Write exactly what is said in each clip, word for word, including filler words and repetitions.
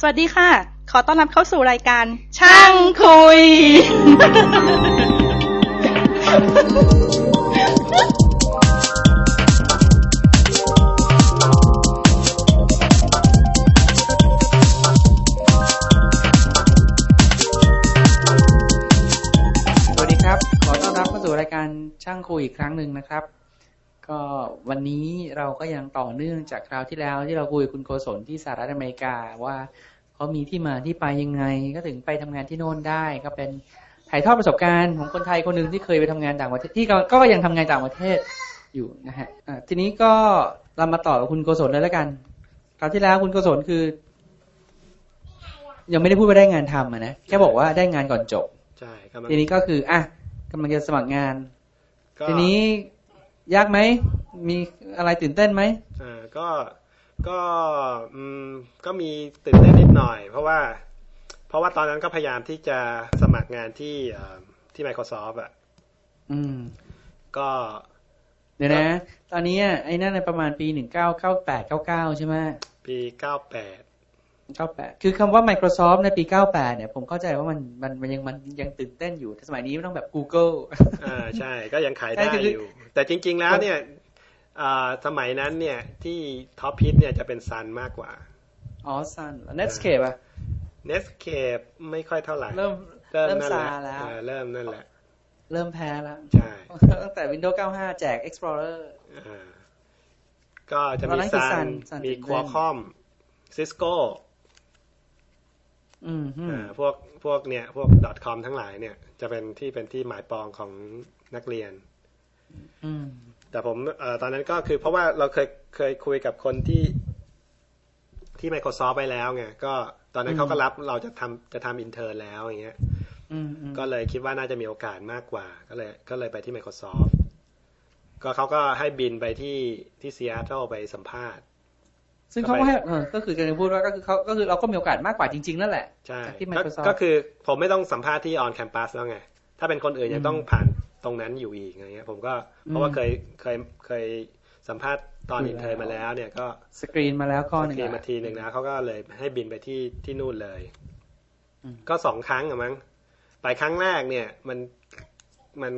วัสดีค่ะขอต้อนรับเข้าสู่รายการช่างคุยสวัสดีครับขอต้อนรับเข้าสู่รายการช่างคุยอีกครั้งหนึ่งนะครับก็วันนี้เราก็ยังต่อเนื่องจากคราวที่แล้วที่เราคุยกับคุณโกศลที่สหรัฐอเมริกาว่าเขามีที่มาที่ไปยังไงก็ถึงไปทำงานที่โน่นได้ก็เป็นถ่ายทอดประสบการณ์ของคนไทยคนหนึ่งที่เคยไปทำงานต่างประเทศที่ก็ยังทำงานต่างประเทศอยู่นะฮะทีนี้ก็เรามาต่อกับคุณโกศลเลยแล้วกันคราวที่แล้วคุณโกศลคือยังไม่ได้พูดว่าได้งานทำนะแค่บอกว่าได้งานก่อนจบใช่ทีนี้ก็คืออ่ะกำลังจะสมัครงานทีนี้ยากไหมมีอะไรตื่นเต้นไหมอ่าก็ก็อืมก็มีตื่นเต้นนิดหน่อยเพราะว่าเพราะว่าตอนนั้นก็พยายามที่จะสมัครงานที่ที่ Microsoft อ่ะอืมก็เดี๋ยวนะตอนนี้ไอ้นั่นประมาณปีหนึ่งเก้าเก้าแปด เก้าเก้าใช่ไหมปีเก้าแปดเก้าแปดคือคำว่า Microsoft ในปีเก้าแปดเนี่ยผมเข้าใจว่ามันมันมันยังมันยังตื่นเต้นอยู่สมัยนี้ไม่ต้องแบบ Google อ่าใช่ก็ยังขายได้อยู่แต่จริงๆแล้วเนี่ยอ่าสมัยนั้นเนี่ยที่ท็อปฮิตเนี่ยจะเป็น Sun มากกว่าอ๋อ Sun Netscape อ่ะ Netscape ไม่ค่อยเท่าไหร่เริ่มเริ่มซาแล้วเริ่มนั่นแหละเริ่มแพ้แล้วใช่ตั้งแต่ Windows เก้าสิบห้าแจก Explorer อ่าก็จะมี Sun มี Qualcomm Cisco อืมอ่าพวกพวกเนี่ยพวก .com ทั้งหลายเนี่ยจะเป็นที่เป็นที่หมายปองของนักเรียนอืมแต่ผมเอ่อตอนนั้นก็คือเพราะว่าเราเคยเคยคุยกับคนที่ที่ Microsoft ไปแล้วไงก็ตอนนั้นเขาก็รับเราจะทำจะทำอินเทอร์แล้วอย่างเงี้ยก็เลยคิดว่าน่าจะมีโอกาสมากกว่าก็เลยก็เลยไปที่ Microsoft ก็เขาก็ให้บินไปที่ที่ซีแอตเทิลไปสัมภาษณ์ซึ่งเขาก็ให้เออก็คือจะพูดว่าก็คือเขาก็คือเราก็มีโอกาสมากกว่าจริงๆนั่นแหละใช่ที่ Microsoft ก็คือผมไม่ต้องสัมภาษณ์ที่ on campus แล้วไงถ้าเป็นคนอื่นยังต้องผ่านตรงนั้นอยู่อีกอะไรเงี้ยผมก็เพราะว่าเคยเคยเคยสัมภาษณ์ตอนอินเทอร์มาแล้วเนี่ยก็สกรีนมาแล้วข้อนึงสกรีนมาทีนึงนะเขาก็เลยให้บินไปที่ที่นู่นเลยก็สองครั้งอะมั้งไปครั้งแรกเนี่ยมันมัน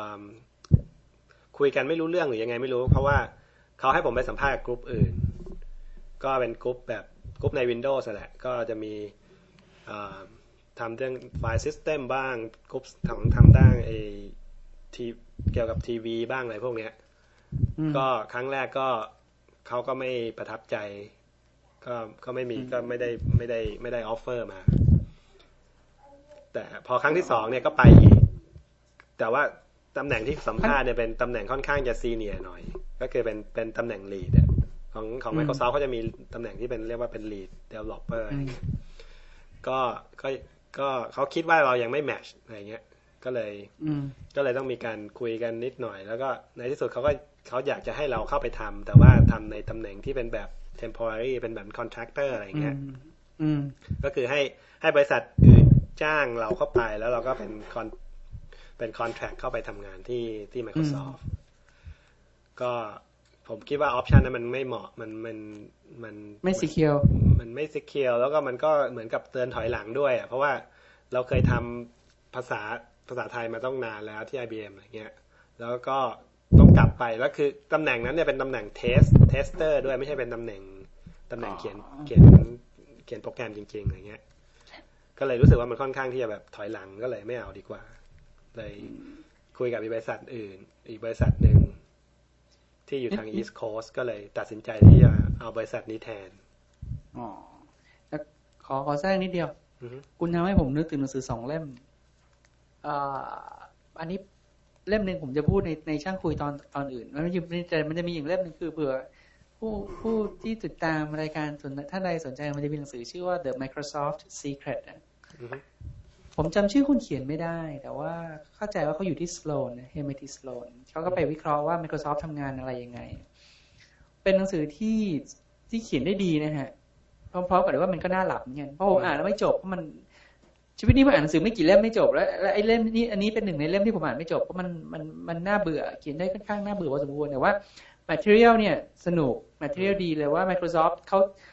คุยกันไม่รู้เรื่องหรือยังไงไม่รู้เพราะว่าเขาให้ผมไปสัมภาษณ์กับกลุ่มอื่นก็เป็นกลุ่มแบบกลุ่มใน Windows แหละก็จะมีทำเรื่องไฟล์ซิสเต็มบ้างกลุ่มทำทำด้านไอทีเกี่ยวกับทีวีบ้างอะไรพวกเนี้ยก็ครั้งแรกก็เขาก็ไม่ประทับใจก็ก็ไม่มีก็ไม่ได้ไม่ได้ไม่ได้ออฟเฟอร์มาแต่พอครั้งที่สองเนี่ยก็ไปอีกแต่ว่าตำแหน่งที่สัมภาษณ์เนี่ยเป็นตำแหน่งค่อนข้างจะซีเนียร์หน่อยก็คือเป็นเป็นตำแหน่งลีดของของ Microsoft เขาจะมีตำแหน่งที่เป็นเรียกว่าเป็น lead developer อะไรเงี้ยก็ก็ก็เขาคิดว่าเรายังไม่แมทช์อะไรเงี้ยก็เลยก็เลยต้องมีการคุยกันนิดหน่อยแล้วก็ในที่สุดเขาก็เขาอยากจะให้เราเข้าไปทำแต่ว่าทำในตำแหน่งที่เป็นแบบ temporary เป็นแบบ contractor อะไรเงี้ยก็คือให้ให้บริษัทอื่นจ้างเราเข้าไปแล้วเราก็เป็นคอนเป็น contract เข้าไปทำงานที่ที่ Microsoft ก็ผมคิดว่าออปชันนั้นมันไม่เหมาะมันมันมันไม่ซีเคียวมันไม่ซีเคียวแล้วก็มันก็เหมือนกับเตือนถอยหลังด้วยอ่ะเพราะว่าเราเคยทำภาษาภาษาไทยมาต้องนานแล้วที่ ไอ บี เอ็ม อะไรเงี้ยแล้วก็ต้องกลับไปแล้วคือตำแหน่งนั้นเนี่ยเป็นตำแหน่งเทสเทสเตอร์ด้วยไม่ใช่เป็นตำแหน่งตำแหน่งเขียนเขียนเขียนโปรแกรมจริงๆอะไรเงี้ยก็เลยรู้สึกว่ามันค่อนข้างที่จะแบบถอยหลังก็เลยไม่เอาดีกว่าเลยคุยกับอีกบริษัทอื่นอีกบริษัทนึงที่อยู่ทาง East Coast ก็เลยตัดสินใจที่จะเอาบริษัทนี้แทนอ๋อขอขอแทรกนิดเดียวคุณทำให้ผมนึกถึงหนังสือสองเล่มอ่าอันนี้เล่มนึงผมจะพูดในในช่างคุยตอนตอนอื่นมันไม่ใช่แต่มันจะมีอย่างเล่มนึงคือเผื่อผู้ผู้ที่ติดตามรายการท่านใดสนใจมันจะมีหนังสือชื่อว่า The Microsoft Secret นะผมจำชื่อคุณเขียนไม่ได้แต่ว่าเข้าใจว่าเขาอยู่ที่สโลนเฮมิทีสโลนเขาก็ไปวิเคราะห์ว่า Microsoft ทำงานอะไรยังไงเป็นหนังสือที่ที่เขียนได้ดีนะฮะพร้อมๆกับว่ามันก็น่าหลับเหมือนกันเพราะผมอ่านแล้วไม่จบเพราะมันชีวิตนี้ผมอ่านหนังสือไม่กี่เล่มไม่จบแล้วและไอ้เล่มนี้อันนี้เป็นหนึ่งในเล่มที่ผมอ่านไม่จบเพราะมันมันมันน่าเบื่อเขียนได้ค่อนข้างน่าเบื่อพอสมควรแต่ว่า material เนี่ยสนุก material ดีเลยว่า Microsoft เขา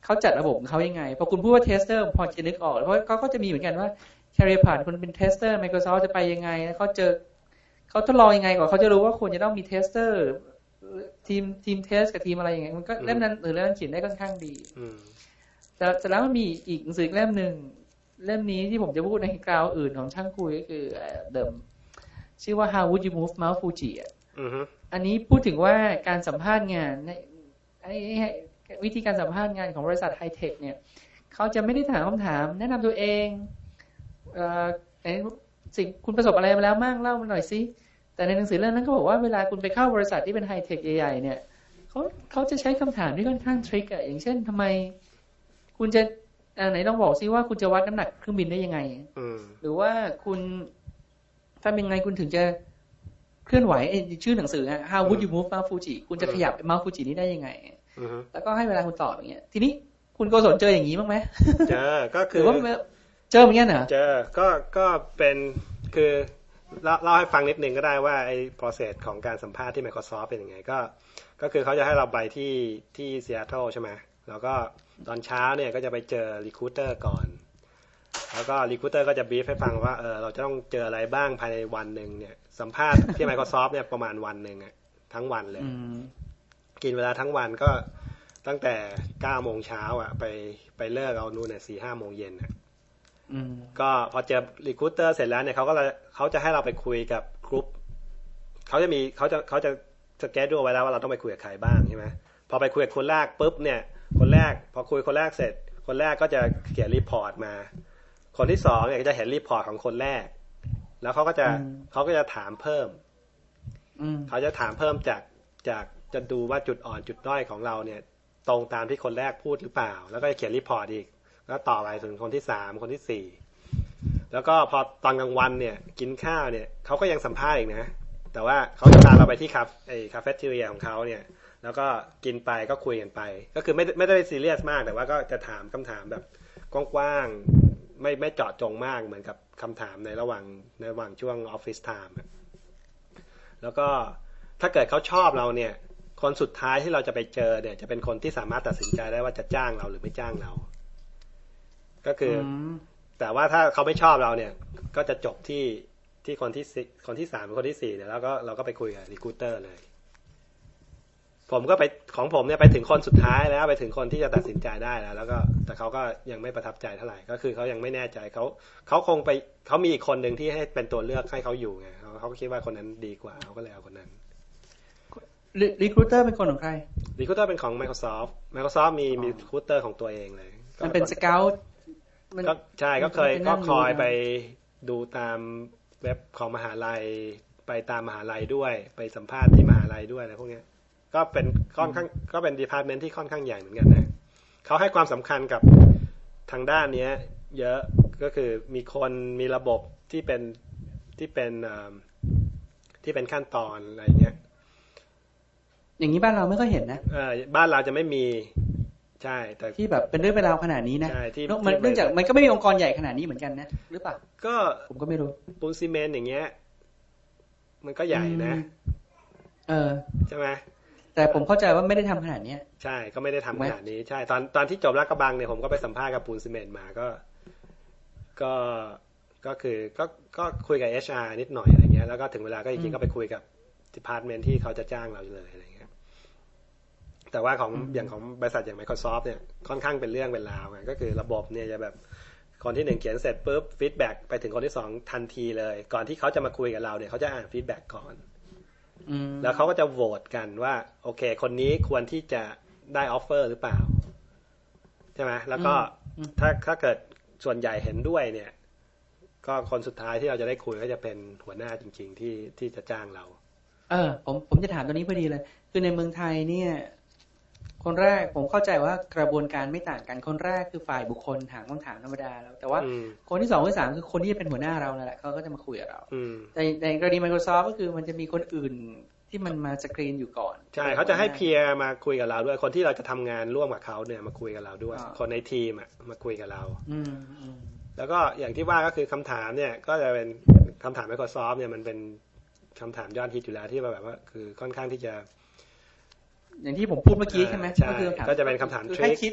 เขาจัดระบบของเขายังไงพอคุณพูดว่าเทสเตอร์พอจะนึกออกเพราะเขาก็จะมีเหมือนกันว่า career path คุณเป็นเทสเตอร์ Microsoft จะไปยังไงเขาเจอเขาทดลองยังไงก่อนเขาจะรู้ว่าควรจะต้องมีเทสเตอร์ทีมทีมเทสกับทีมอะไรอย่างเงี้ยมันก็เล่มนั้นหรือเล่มนั้นเขียนได้ค่อนข้างดีแต่แต่แล้วมันมีอีกหนังสือเล่มหนึ่งเล่มนี้ที่ผมจะพูดในกราวอื่นของช่างคุยก็คือเดิมชื่อว่า How Would You Move Mount Fuji อ่ะอันนี้พูดถึงว่าการสัมภาษณ์งานในวิธีการสัมภาษณ์งานของบริษัทไฮเทคเนี่ยเขาจะไม่ได้ถามคำถามแนะนำตัวเองเอ่อสิ่งคุณประสบอะไรมาแล้วมั่งเล่ามาหน่อยสิแต่ในหนังสือเล่มนั้นเขาบอกว่าเวลาคุณไปเข้าบริษัทที่เป็นไฮเทคใหญ่ๆเนี่ยเขาเขาจะใช้คำถามที่ค่อนข้างทริคอ่ะอย่างเช่นทำไมคุณจะไหนลองบอกซิว่าคุณจะวัดน้ำหนักเครื่องบินได้ยังไงหรือว่าคุณทำยังไงคุณถึงจะเคลื่อนไหวชื่อหนังสือฮะ How would you move Mount Fuji คุณจะขยับ Mount Fuji นี้ได้ยังไงแล้วก็ให้เวลาคุณตอบอย่างเงี้ยทีนี้คุณโกศลเจออย่างนี้บ้างไหมเจอก็คือว่าเจอเหมือนกันเหรอเจอก็ก็เป็นคือเล่าให้ฟังนิดนึงก็ได้ว่าไอ้ process ของการสัมภาษณ์ที่ Microsoft เป็นยังไงก็ก็คือเขาจะให้เราไปที่ที่ซีแอตเทิลใช่ไหมแล้วก็ตอนเช้าเนี่ยก็จะไปเจอ recruiter ก่อนแล้วก็ recruiter ก็จะบีฟให้ฟังว่าเออเราจะต้องเจออะไรบ้างภายในวันหนึ่งเนี่ยสัมภาษณ์ที่ Microsoft เนี่ยประมาณวันหนึ่งอ่ะทั้งวันเลยกินเวลาทั้งวันก็ตั้งแต่เก้าโมงเช้าอ่ะไปไปเลิกเอานู่นเนี่ยสี่ห้าโมงเย็นอ่ะก็พอเจอ recruiter เสร็จแล้วเนี่ยเขาก็เขาจะให้เราไปคุยกับกลุ่มเขาจะมีเขาจะเขาจะสเกจดูไว้แล้วว่าเราต้องไปคุยกับใครบ้างใช่ไหมพอไปคุยกับคนแรกปุ๊บเนี่ยคนแรกพอคุยคนแรกเสร็จคนแรกก็จะเขียนรีพอร์ตมาคนที่สองเนี่ยก็จะเห็นรีพอร์ตของคนแรกแล้วเขาก็จะเขาก็จะถามเพิ่มเขาจะถามเพิ่มจากจากจะดูว่าจุดอ่อนจุดด้อยของเราเนี่ยตรงตามที่คนแรกพูดหรือเปล่าแล้วก็จะเขียนรีพอร์ตอีกแล้วต่อไปถึงคนที่สามคนที่สี่แล้วก็พอตอนกลางวันเนี่ยกินข้าวเนี่ยเขาก็ยังสัมภาษณ์อีกนะแต่ว่าเขาจะพาเราไปที่คาไอ้คาเฟ่เทเรียของเขาเนี่ยแล้วก็กินไปก็คุยกันไปก็คือไม่ไม่ได้ซีเรียสมากแต่ว่าก็จะถามคำถามแบบกว้างๆไม่ไม่เจาะจงมากเหมือนกับคำถามในระหว่างในระหว่างช่วงออฟฟิศไทม์แล้วก็ถ้าเกิดเขาชอบเราเนี่ยคนสุดท้ายที่เราจะไปเจอเนี่ยจะเป็นคนที่สามารถตัดสินใจได้ว่าจะจ้างเราหรือไม่จ้างเราก็คือแต่ว่าถ้าเขาไม่ชอบเราเนี่ยก็จะจบที่ที่คนที่คนที่สามคนที่สี่เนี่ยแล้วก็เราก็ไปคุยกับรีครูเตอร์เลยผมก็ไปของผมเนี่ยไปถึงคนสุดท้ายแล้วไปถึงคนที่จะตัดสินใจได้แล้วแล้วก็แต่เขาก็ยังไม่ประทับใจเท่าไหร่ก็คือเขายังไม่แน่ใจเขาเขาคงไปเขามีอีกคนหนึ่งที่ให้เป็นตัวเลือกให้เขาอยู่ไงเขาเขาคิดว่าคนนั้นดีกว่าเขาก็เลยเอาคนนั้นรีครูเตอร์เป็นคนของใครรีครูเตอร์เป็นของ Microsoft Microsoft มีมีรีครูเตอร์ของตัวเองเลยมันเป็นสเกลก็ใช่ก็เคยก็คอยไปดูตามเว็บของมหาลัยไปตามมหาลัยด้วยไปสัมภาษณ์ที่มหาลัยด้วยอะไรพวกนี้ก็เป็นค่อนข้างก็เป็นดีพาร์ตเมนต์ที่ค่อนข้างใหญ่เหมือนกันนะเขาให้ความสำคัญกับทางด้านนี้เยอะก็คือมีคนมีระบบที่เป็นที่เป็นที่เป็นขั้นตอนอะไรเงี้ยอย่างนี้บ้านเราไม่ค่อยเห็นนะเออบ้านเราจะไม่มีใช่แต่ที่แบบเป็นเรื่องเป็นราวขนาดนี้นะมันเนื่องจากมันก็ไม่มีองค์กรใหญ่ขนาดนี้เหมือนกันนะหรือเปล่าก็ผมก็ไม่รู้ปูนซีเมนต์อย่างเงี้ยมันก็ใหญ่นะเออใช่ไหมแต่ผมเข้าใจว่าไม่ได้ทำขนาดนี้ใช่ก็ไม่ได้ทำขนาดนี้ใช่ตอนตอนที่จบลาดกระบังเนี่ยผมก็ไปสัมภาษณ์กับปูนซีเมนต์มาก็ก็ก็คือก็ก็คุยกับ เอช อาร์ นิดหน่อยอะไรเงี้ยแล้วก็ถึงเวลาก็จริงๆก็ไปคุยกับดีพาร์ตเมนต์ที่เขาจะจ้างเราเลยอะไรเงี้ยแต่ว่าของอย่างของบริษัทอย่าง Microsoft เนี่ยค่อนข้างเป็นเรื่องเป็นราวไงก็คือระบบเนี่ยจะแบบคนที่หนึ่งเขียนเสร็จปุ๊บฟีดแบ็กไปถึงคนที่สองทันทีเลยก่อนที่เขาจะมาคุยกับเราเนี่ยเขาจะอ่านฟีดแบ็กก่อนแล้วเขาก็จะโหวตกันว่าโอเคคนนี้ควรที่จะได้ออฟเฟอร์หรือเปล่าใช่ไหมแล้วก็ถ้าถ้าเกิดส่วนใหญ่เห็นด้วยเนี่ยก็คนสุดท้ายที่เราจะได้คุยก็จะเป็นหัวหน้าจริงๆที่ที่จะจ้างเราเออผมผมจะถามตัวนี้พอดีเลยคือในเมืองไทยเนี่ยคนแรกผมเข้าใจว่ากระบวนการไม่ต่างกันคนแรกคือฝ่ายบุคคลถามคำถามธรรมดาแล้วแต่ว่าคนที่สองที่สามคือคนที่จะเป็นหัวหน้าเรานั่นแหละเขาก็จะมาคุยกับเราแต่ในกรณี Microsoft ก็คือมันจะมีคนอื่นที่มันมาสกรีนอยู่ก่อนใช่เขาจะให้เพียร์มาคุยกับเราด้วยคนที่เราจะทำงานร่วมกับเขาเนี่ยมาคุยกับเราด้วยคนในทีมอ่ะมาคุยกับเราแล้วก็อย่างที่ว่าก็คือคำถามเนี่ยก็จะเป็นคำถาม Microsoft เนี่ยมันเป็นคำถามยอดฮิตอยู่แล้วที่แบบว่าคือค่อนข้างที่จะอย่างที่ผมพูดเมื่อกี้ใช่ไหมก็คือก็จะเป็นคำถามทริคให้คิดอ่ะ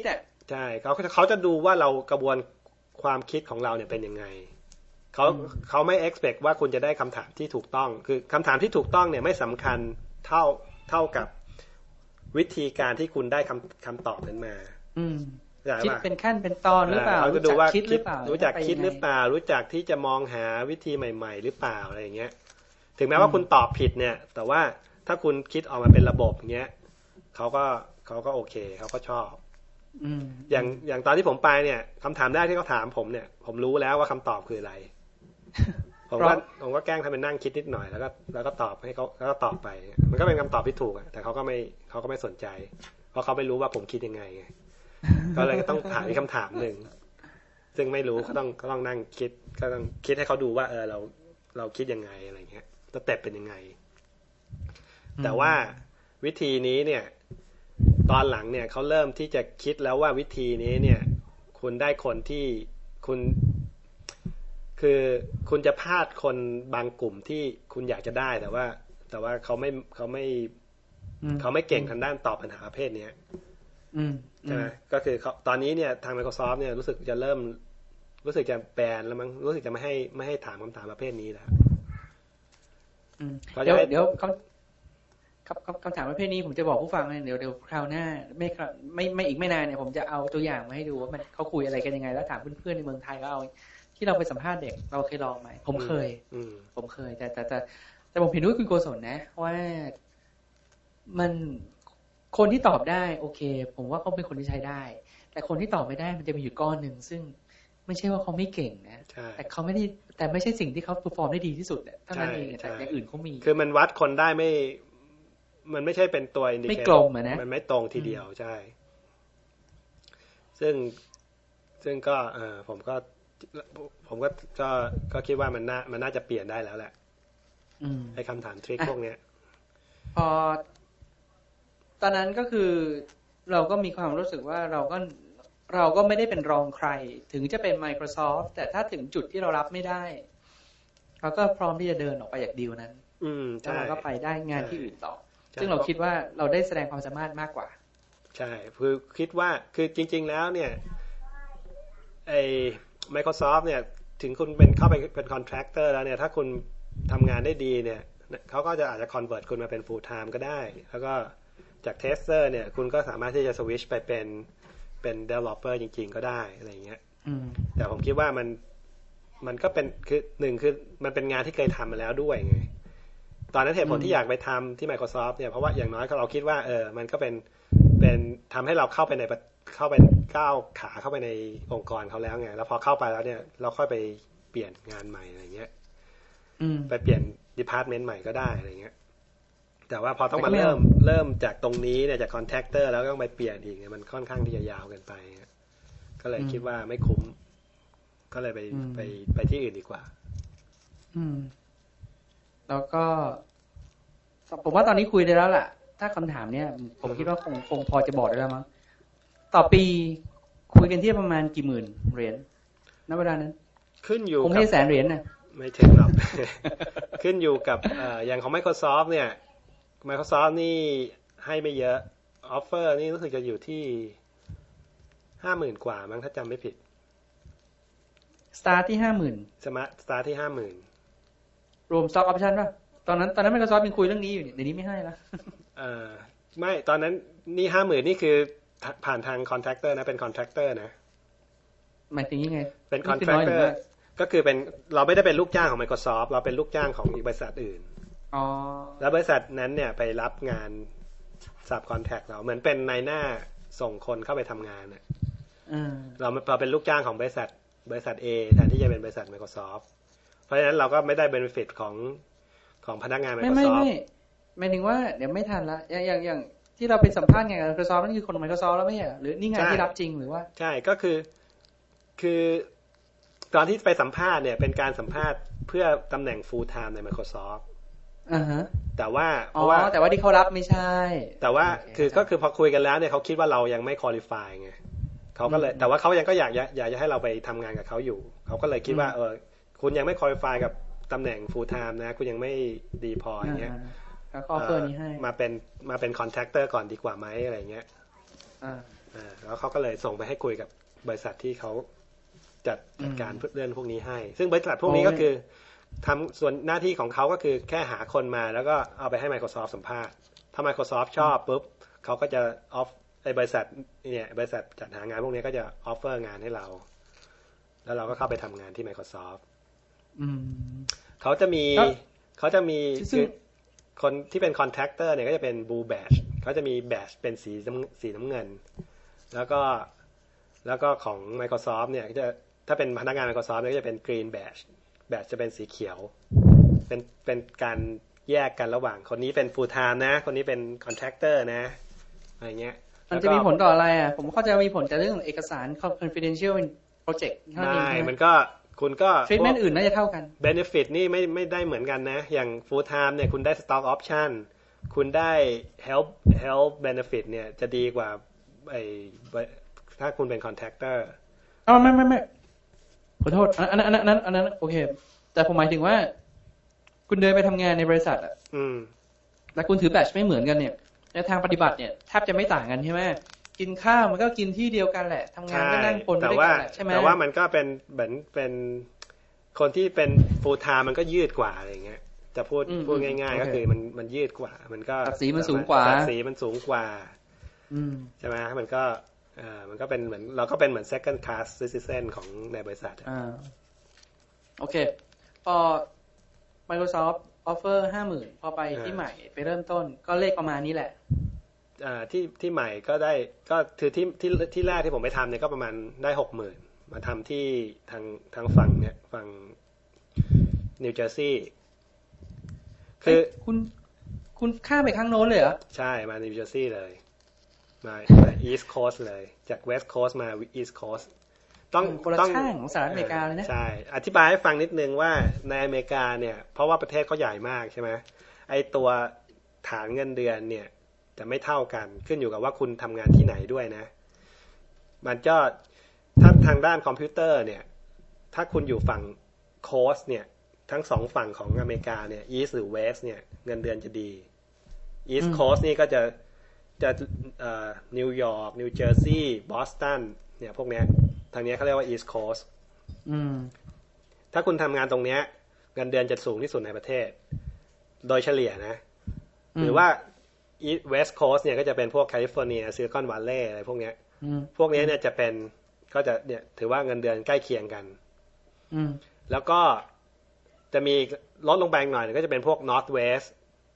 ใช่เขาเขาจะดูว่าเรากระบวนความคิดของเราเนี่ยเป็นยังไงเขาเขาไม่ expect ว่าคุณจะได้คำถามที่ถูกต้องคือคำถามที่ถูกต้องเนี่ยไม่สำคัญเท่าเท่ากับวิธีการที่คุณได้คำคำตอบนั้นมาคิดเป็นขั้นเป็นตอนหรือเปล่าเขาจะดูว่าคิดหรือเปล่ารู้จักคิดหรือเปล่ารู้จักที่จะมองหาวิธีใหม่ๆหรือเปล่าอะไรอย่างเงี้ยถึงแม้ว่าคุณตอบผิดเนี่ยแต่ว่าถ้าคุณคิดออกมาเป็นระบบเงี้ยเขาก็เขาก็โอเคเขาก็ชอบอย่างอย่างตอนที่ผมไปเนี่ยคำถามแรกที่เขาถามผมเนี่ยผมรู้แล้วว่าคำตอบคืออะไรผมก็ผมก็แกล้งทำเป็นนั่งคิดนิดหน่อยแล้วก็แล้วก็ตอบให้เขาแล้วก็ตอบไปมันก็เป็นคำตอบที่ถูกแต่เขาก็ไม่เขาก็ไม่สนใจเพราะเขาไม่รู้ว่าผมคิดยังไงไงก็เลยต้องถามอีกคำถามหนึ่งซึ่งไม่รู้ก็ต้องก็ต้องนั่งคิดก็ต้องคิดให้เขาดูว่าเออเราเราคิดยังไงอะไรเงี้ยสเต็ปเป็นยังไงแต่ว่าวิธีนี้เนี่ยตอนหลังเนี่ยเขาเริ่มที่จะคิดแล้วว่าวิธีนี้เนี่ยคุณได้คนที่คุณคือคุณจะพลาดคนบางกลุ่มที่คุณอยากจะได้แต่ว่าแต่ว่าเขาไม่เขาไม่เขาไม่เก่งทางด้านตอบปัญหาประเภทนี้ใช่ไหมก็คือตอนนี้เนี่ยทาง Microsoft เนี่ยรู้สึกจะเริ่มรู้สึกจะแบนแล้วมั้งรู้สึกจะไม่ให้ไม่ให้ถามคำถามประเภทนี้แล้วเดี๋ยวเดี๋ยวคำคำถามประเภทนี้ผมจะบอกผู้ฟังเลยเดี๋ยวเดี๋ยวคราวหน้าไม่ไม่ไม่อีกไม่นานเนี่ยผมจะเอาตัวอย่างมาให้ดูว่ามันเขาคุยอะไรกันยังไงแล้วถามเพื่อนๆในเมืองไทยก็เอาที่เราไปสัมภาษณ์เด็กเราเคยลองไหมผมเคยผมเคยแต่แต่แต่แต่ผมเห็นด้วยคุณโกศลนะว่ามันคนที่ตอบได้โอเคผมว่าเขาเป็นคนที่ใช้ได้แต่คนที่ตอบไม่ได้มันจะมีอยู่ก้อนหนึ่งซึ่งไม่ใช่ว่าเขาไม่เก่งนะแต่เขาไม่ได้แต่ไม่ใช่สิ่งที่เขาเพอร์ฟอร์มได้ดีที่สุดเท่านั้นเองแต่อย่างอื่นเขามีคือมันวัดคนได้ไม่มันไม่ใช่เป็นตัวอินดิเคเตอร์ไม่กลมนะมันไม่ตรงทีเดียวใช่ซึ่งซึ่งก็เออผมก็ผมก็ก็ก็คิดว่ามันน่ามันน่าจะเปลี่ยนได้แล้วแหละไอ้คำถามทริคพวกเนี้ยพอตอนนั้นก็คือเราก็มีความรู้สึกว่าเราก็เราก็ไม่ได้เป็นรองใครถึงจะเป็น Microsoft แต่ถ้าถึงจุดที่เรารับไม่ได้เราก็พร้อมที่จะเดินออกไปจากดีลนั้นแล้วเราก็ไปได้งานที่อื่นต่อซึ่งเราคิดว่าเราได้แสดงความสามารถมากกว่าใช่คือคิดว่าคือจริงๆแล้วเนี่ยไอ้ Microsoft เนี่ยถึงคุณเป็นเข้าไปเป็น contractor แล้วเนี่ยถ้าคุณทำงานได้ดีเนี่ยเขาก็จะอาจจะ convert คุณมาเป็น full time ก็ได้แล้วก็จาก tester เนี่ยคุณก็สามารถที่จะ switch ไปเป็นเป็น developer จริงๆก็ได้อะไรเงี้ยแต่ผมคิดว่ามันมันก็เป็นคือหนึ่งคือมันเป็นงานที่เคยทำมาแล้วด้วยไงตอนนั้นเหตุผลที่อยากไปทำที่ Microsoft เนี่ยเพราะว่าอย่างน้อยเราคิดว่าเออมันก็เป็นเป็นทำให้เราเข้าไปในเข้าไปก้าวขาเข้าไปในองค์กรเขาแล้วไงแล้วพอเข้าไปแล้วเนี่ยเราค่อยไปเปลี่ยนงานใหม่อะไรเงี้ยไปเปลี่ยน department ใหม่ก็ได้อะไรเงี้ยแต่ว่าพอต้องมาเริ่มเริ่มจากตรงนี้เนี่ยจาก contractor แล้วต้องไปเปลี่ยนอีกเนี่ยมันค่อนข้างที่จะยาวเกินไปก็เลยคิดว่าไม่คุ้มก็เลยไปไปไปที่อื่นดีกว่าอืมแล้วก็ผมว่าตอนนี้คุยได้แล้วล่ะถ้าคำถามเนี่ยผมคิดว่าคงคงพอจะบอกได้แล้วมั้งต่อปีคุยกันที่ประมาณกี่หมื่นเหรียญณเวลานั้นขึ้นอยู่คงไม่แสนเหรียญนะไม่ถึงหรอก ขึ้นอยู่กับเอ่ออย่างของ Microsoft เนี่ย Microsoft นี่ให้ไม่เยอะออฟเฟอร์นี่รู้สึกจะอยู่ที่ ห้าหมื่น กว่ามั้งถ้าจำไม่ผิดสตาร์ทที่ ห้าหมื่นสมาร์ทสตาร์ทที่ ห้าหมื่นรวม stock option ป่ะตอนนั้นตอนนั้น Microsoft ยังคุยเรื่องนี้อยู่เดี๋ยวนี้ไม่ให้แล้วเอ่อไม่ตอนนั้นนี่ ห้าหมื่น นี่คือผ่านทาง contractor นะเป็น contractor นะหมายถึงยังไงเป็น contractor ก็คือเป็นเราไม่ได้เป็นลูกจ้างของ Microsoft เราเป็นลูกจ้างของอีกบริษัทอื่นอ๋อแล้วบริษัทนั้นเนี่ยไปรับงาน subcontract เราเหมือนเป็นนายหน้าส่งคนเข้าไปทำงานเนี่ยเราเราเป็นลูกจ้างของบริษัทบริษัท A แทนที่จะเป็นบริษัท Microsoft เพราะฉะนั้นเราก็ไม่ได้ benefit ของของพนักงาน Microsoft ไม่ไม่หมายถึงว่าเดี๋ยวไม่ทันละอย่างอย่างอย่างที่เราไปสัมภาษณ์งานกับ Microsoft นั่นคือคน Microsoft แล้วไม่ใช่หรือนี่งานที่รับจริงหรือว่าใช่ก็คือคือตอนที่ไปสัมภาษณ์เนี่ยเป็นการสัมภาษณ์เพื่อตำแหน่ง full time ใน Microsoft อ่าฮะแต่ว่าเพราะว่าแต่ว่าที่เขารับไม่ใช่แต่ว่าคือก็คือพอคุยกันแล้วเนี่ยเขาคิดว่าเรายังไม่ qualify ไงเขาก็เลยแต่ว่าเขายังก็อยากอยากจะให้เราไปทำงานกับเขาอยู่เขาก็เลยคิดว่าเออคุณยังไม่ qualify กับตำแหน่ง full time นะคุณยังไม่ดีพออย่างเงี้ยก็ออฟเฟอร์นี้ให้มาเป็นมาเป็น contractor ก่อนดีกว่าไหมอะไรเงี้ยอ่าแล้วเขาก็เลยส่งไปให้คุยกับบริษัทที่เขาจัดจัดการเรื่องพวกนี้ให้ซึ่งบริษัทพวกนี้ก็คือทำส่วนหน้าที่ของเขาก็คือแค่หาคนมาแล้วก็เอาไปให้ Microsoft สัมภาษณ์ถ้า Microsoft ชอบปุ๊บเขาก็จะออฟไอ้บริษัทเนี่ยบริษัทจัดหางานพวกนี้ก็จะออฟเฟอร์งานให้เราแล้วเราก็เข้าไปทำงานที่ Microsoft อืมเขาจะมีเขาจะมีคือคนที่เป็น contractor เนี่ยก็จะเป็น blue badge เขาจะมี badge เป็นสีสีน้ำเงินแล้วก็แล้วก็ของ Microsoft เนี่ยก็จะถ้าเป็นพนักงาน Microsoft เนี่ยก็จะเป็น green badge badge จะเป็นสีเขียวเป็นเป็นการแยกกันระหว่างคนนี้เป็น full time นะคนนี้เป็น contractor นะอะไรเงี้ยมันจะมีผลต่ออะไรอ่ะผมเข้าใจมีผลกับเรื่องเอกสาร confidential project ไม่มันก็คุณก็ treatment อื่นน่าจะเท่ากัน benefit นี่ไม่ไม่ได้เหมือนกันนะอย่าง full time เนี่ยคุณได้ stock option คุณได้ health health benefit เนี่ยจะดีกว่าไอ้ถ้าคุณเป็น contractor อ้าวไม่ไม่ไม่ขอโทษอันนั้นอันนั้นอันนั้นโอเคแต่ผมหมายถึงว่าคุณเดินไปทำงานในบริษัทอ่ะแต่คุณถือแบตไม่เหมือนกันเนี่ยในทางปฏิบัติเนี่ยแทบจะไม่ต่างกันใช่ไหมกินข้าวมันก็กินที่เดียวกันแหละทำงานก็นั่งปนไปด้วยกันแหละใช่ไหมแต่ว่ามันก็เป็นเหมือนเป็นคนที่เป็น full time มันก็ยืดกว่าอะไรเงี้ยจะพูดพูดง่ายๆก็คือมันมันยืดกว่ามันก็ศักดิ์ศรีมันสูงกว่าศักดิ์ศรีมันสูงกว่าใช่ไหมมันก็เอ่อมันก็เป็นเหมือนเราก็เป็นเหมือน second class citizen ของในบริษัทอ่าโอเคพอ Microsoft offer ห้าหมื่นพอไปที่ใหม่ไปเริ่มต้นก็เลขประมาณนี้แหละอ่าที่ที่ใหม่ก็ได้ก็คือที่ที่ที่แรกที่ผมไปทำเนี่ยก็ประมาณได้หกหมื่นมาทำที่ทางทางฝั่งเนี่ยฝั่งนิวเจอร์ซีย์คือคุณคุณข้ามไปข้างโน้นเลยเหรอใช่มานิวเจอร์ซีย์เลยมาอีสต์โคสต์เลยจากเวสต์โคสต์มาอีสต์โคสต์ต้องคนละข้างของสหรัฐอเมริกาเลยนะใช่อธิบายให้ฟังนิดนึงว่าในอเมริกาเนี่ยเพราะว่าประเทศเขาใหญ่มากใช่ไหมไอตัวฐานเงินเดือนเนี่ยจะไม่เท่ากันขึ้นอยู่กับว่าคุณทำงานที่ไหนด้วยนะมันก็ถ้าทางด้านคอมพิวเตอร์เนี่ยถ้าคุณอยู่ฝั่งโคสต์เนี่ยทั้งสองฝั่งของอเมริกาเนี่ยอีสต์หรือเวสต์เนี่ยเงินเดือนจะดีอีสต์โคสต์นี่ก็จะจะเอ่อนิวยอร์กนิวเจอร์ซีย์บอสตันเนี่ยพวกเนี้ยทางนี้เขาเรียกว่า East Coast อืมถ้าคุณทำงานตรงเนี้ยเงินเดือนจะสูงที่สุดในประเทศโดยเฉลี่ยนะหรือว่า West Coast เนี่ยก็จะเป็นพวกแคลิฟอร์เนียซิลิคอนวัลเลย์อะไรพวกเนี้ยพวกนี้เนี่ยจะเป็นก็จะเนี่ยถือว่าเงินเดือนใกล้เคียงกันแล้วก็จะมีลดลงไปหน่อยก็จะเป็นพวก North West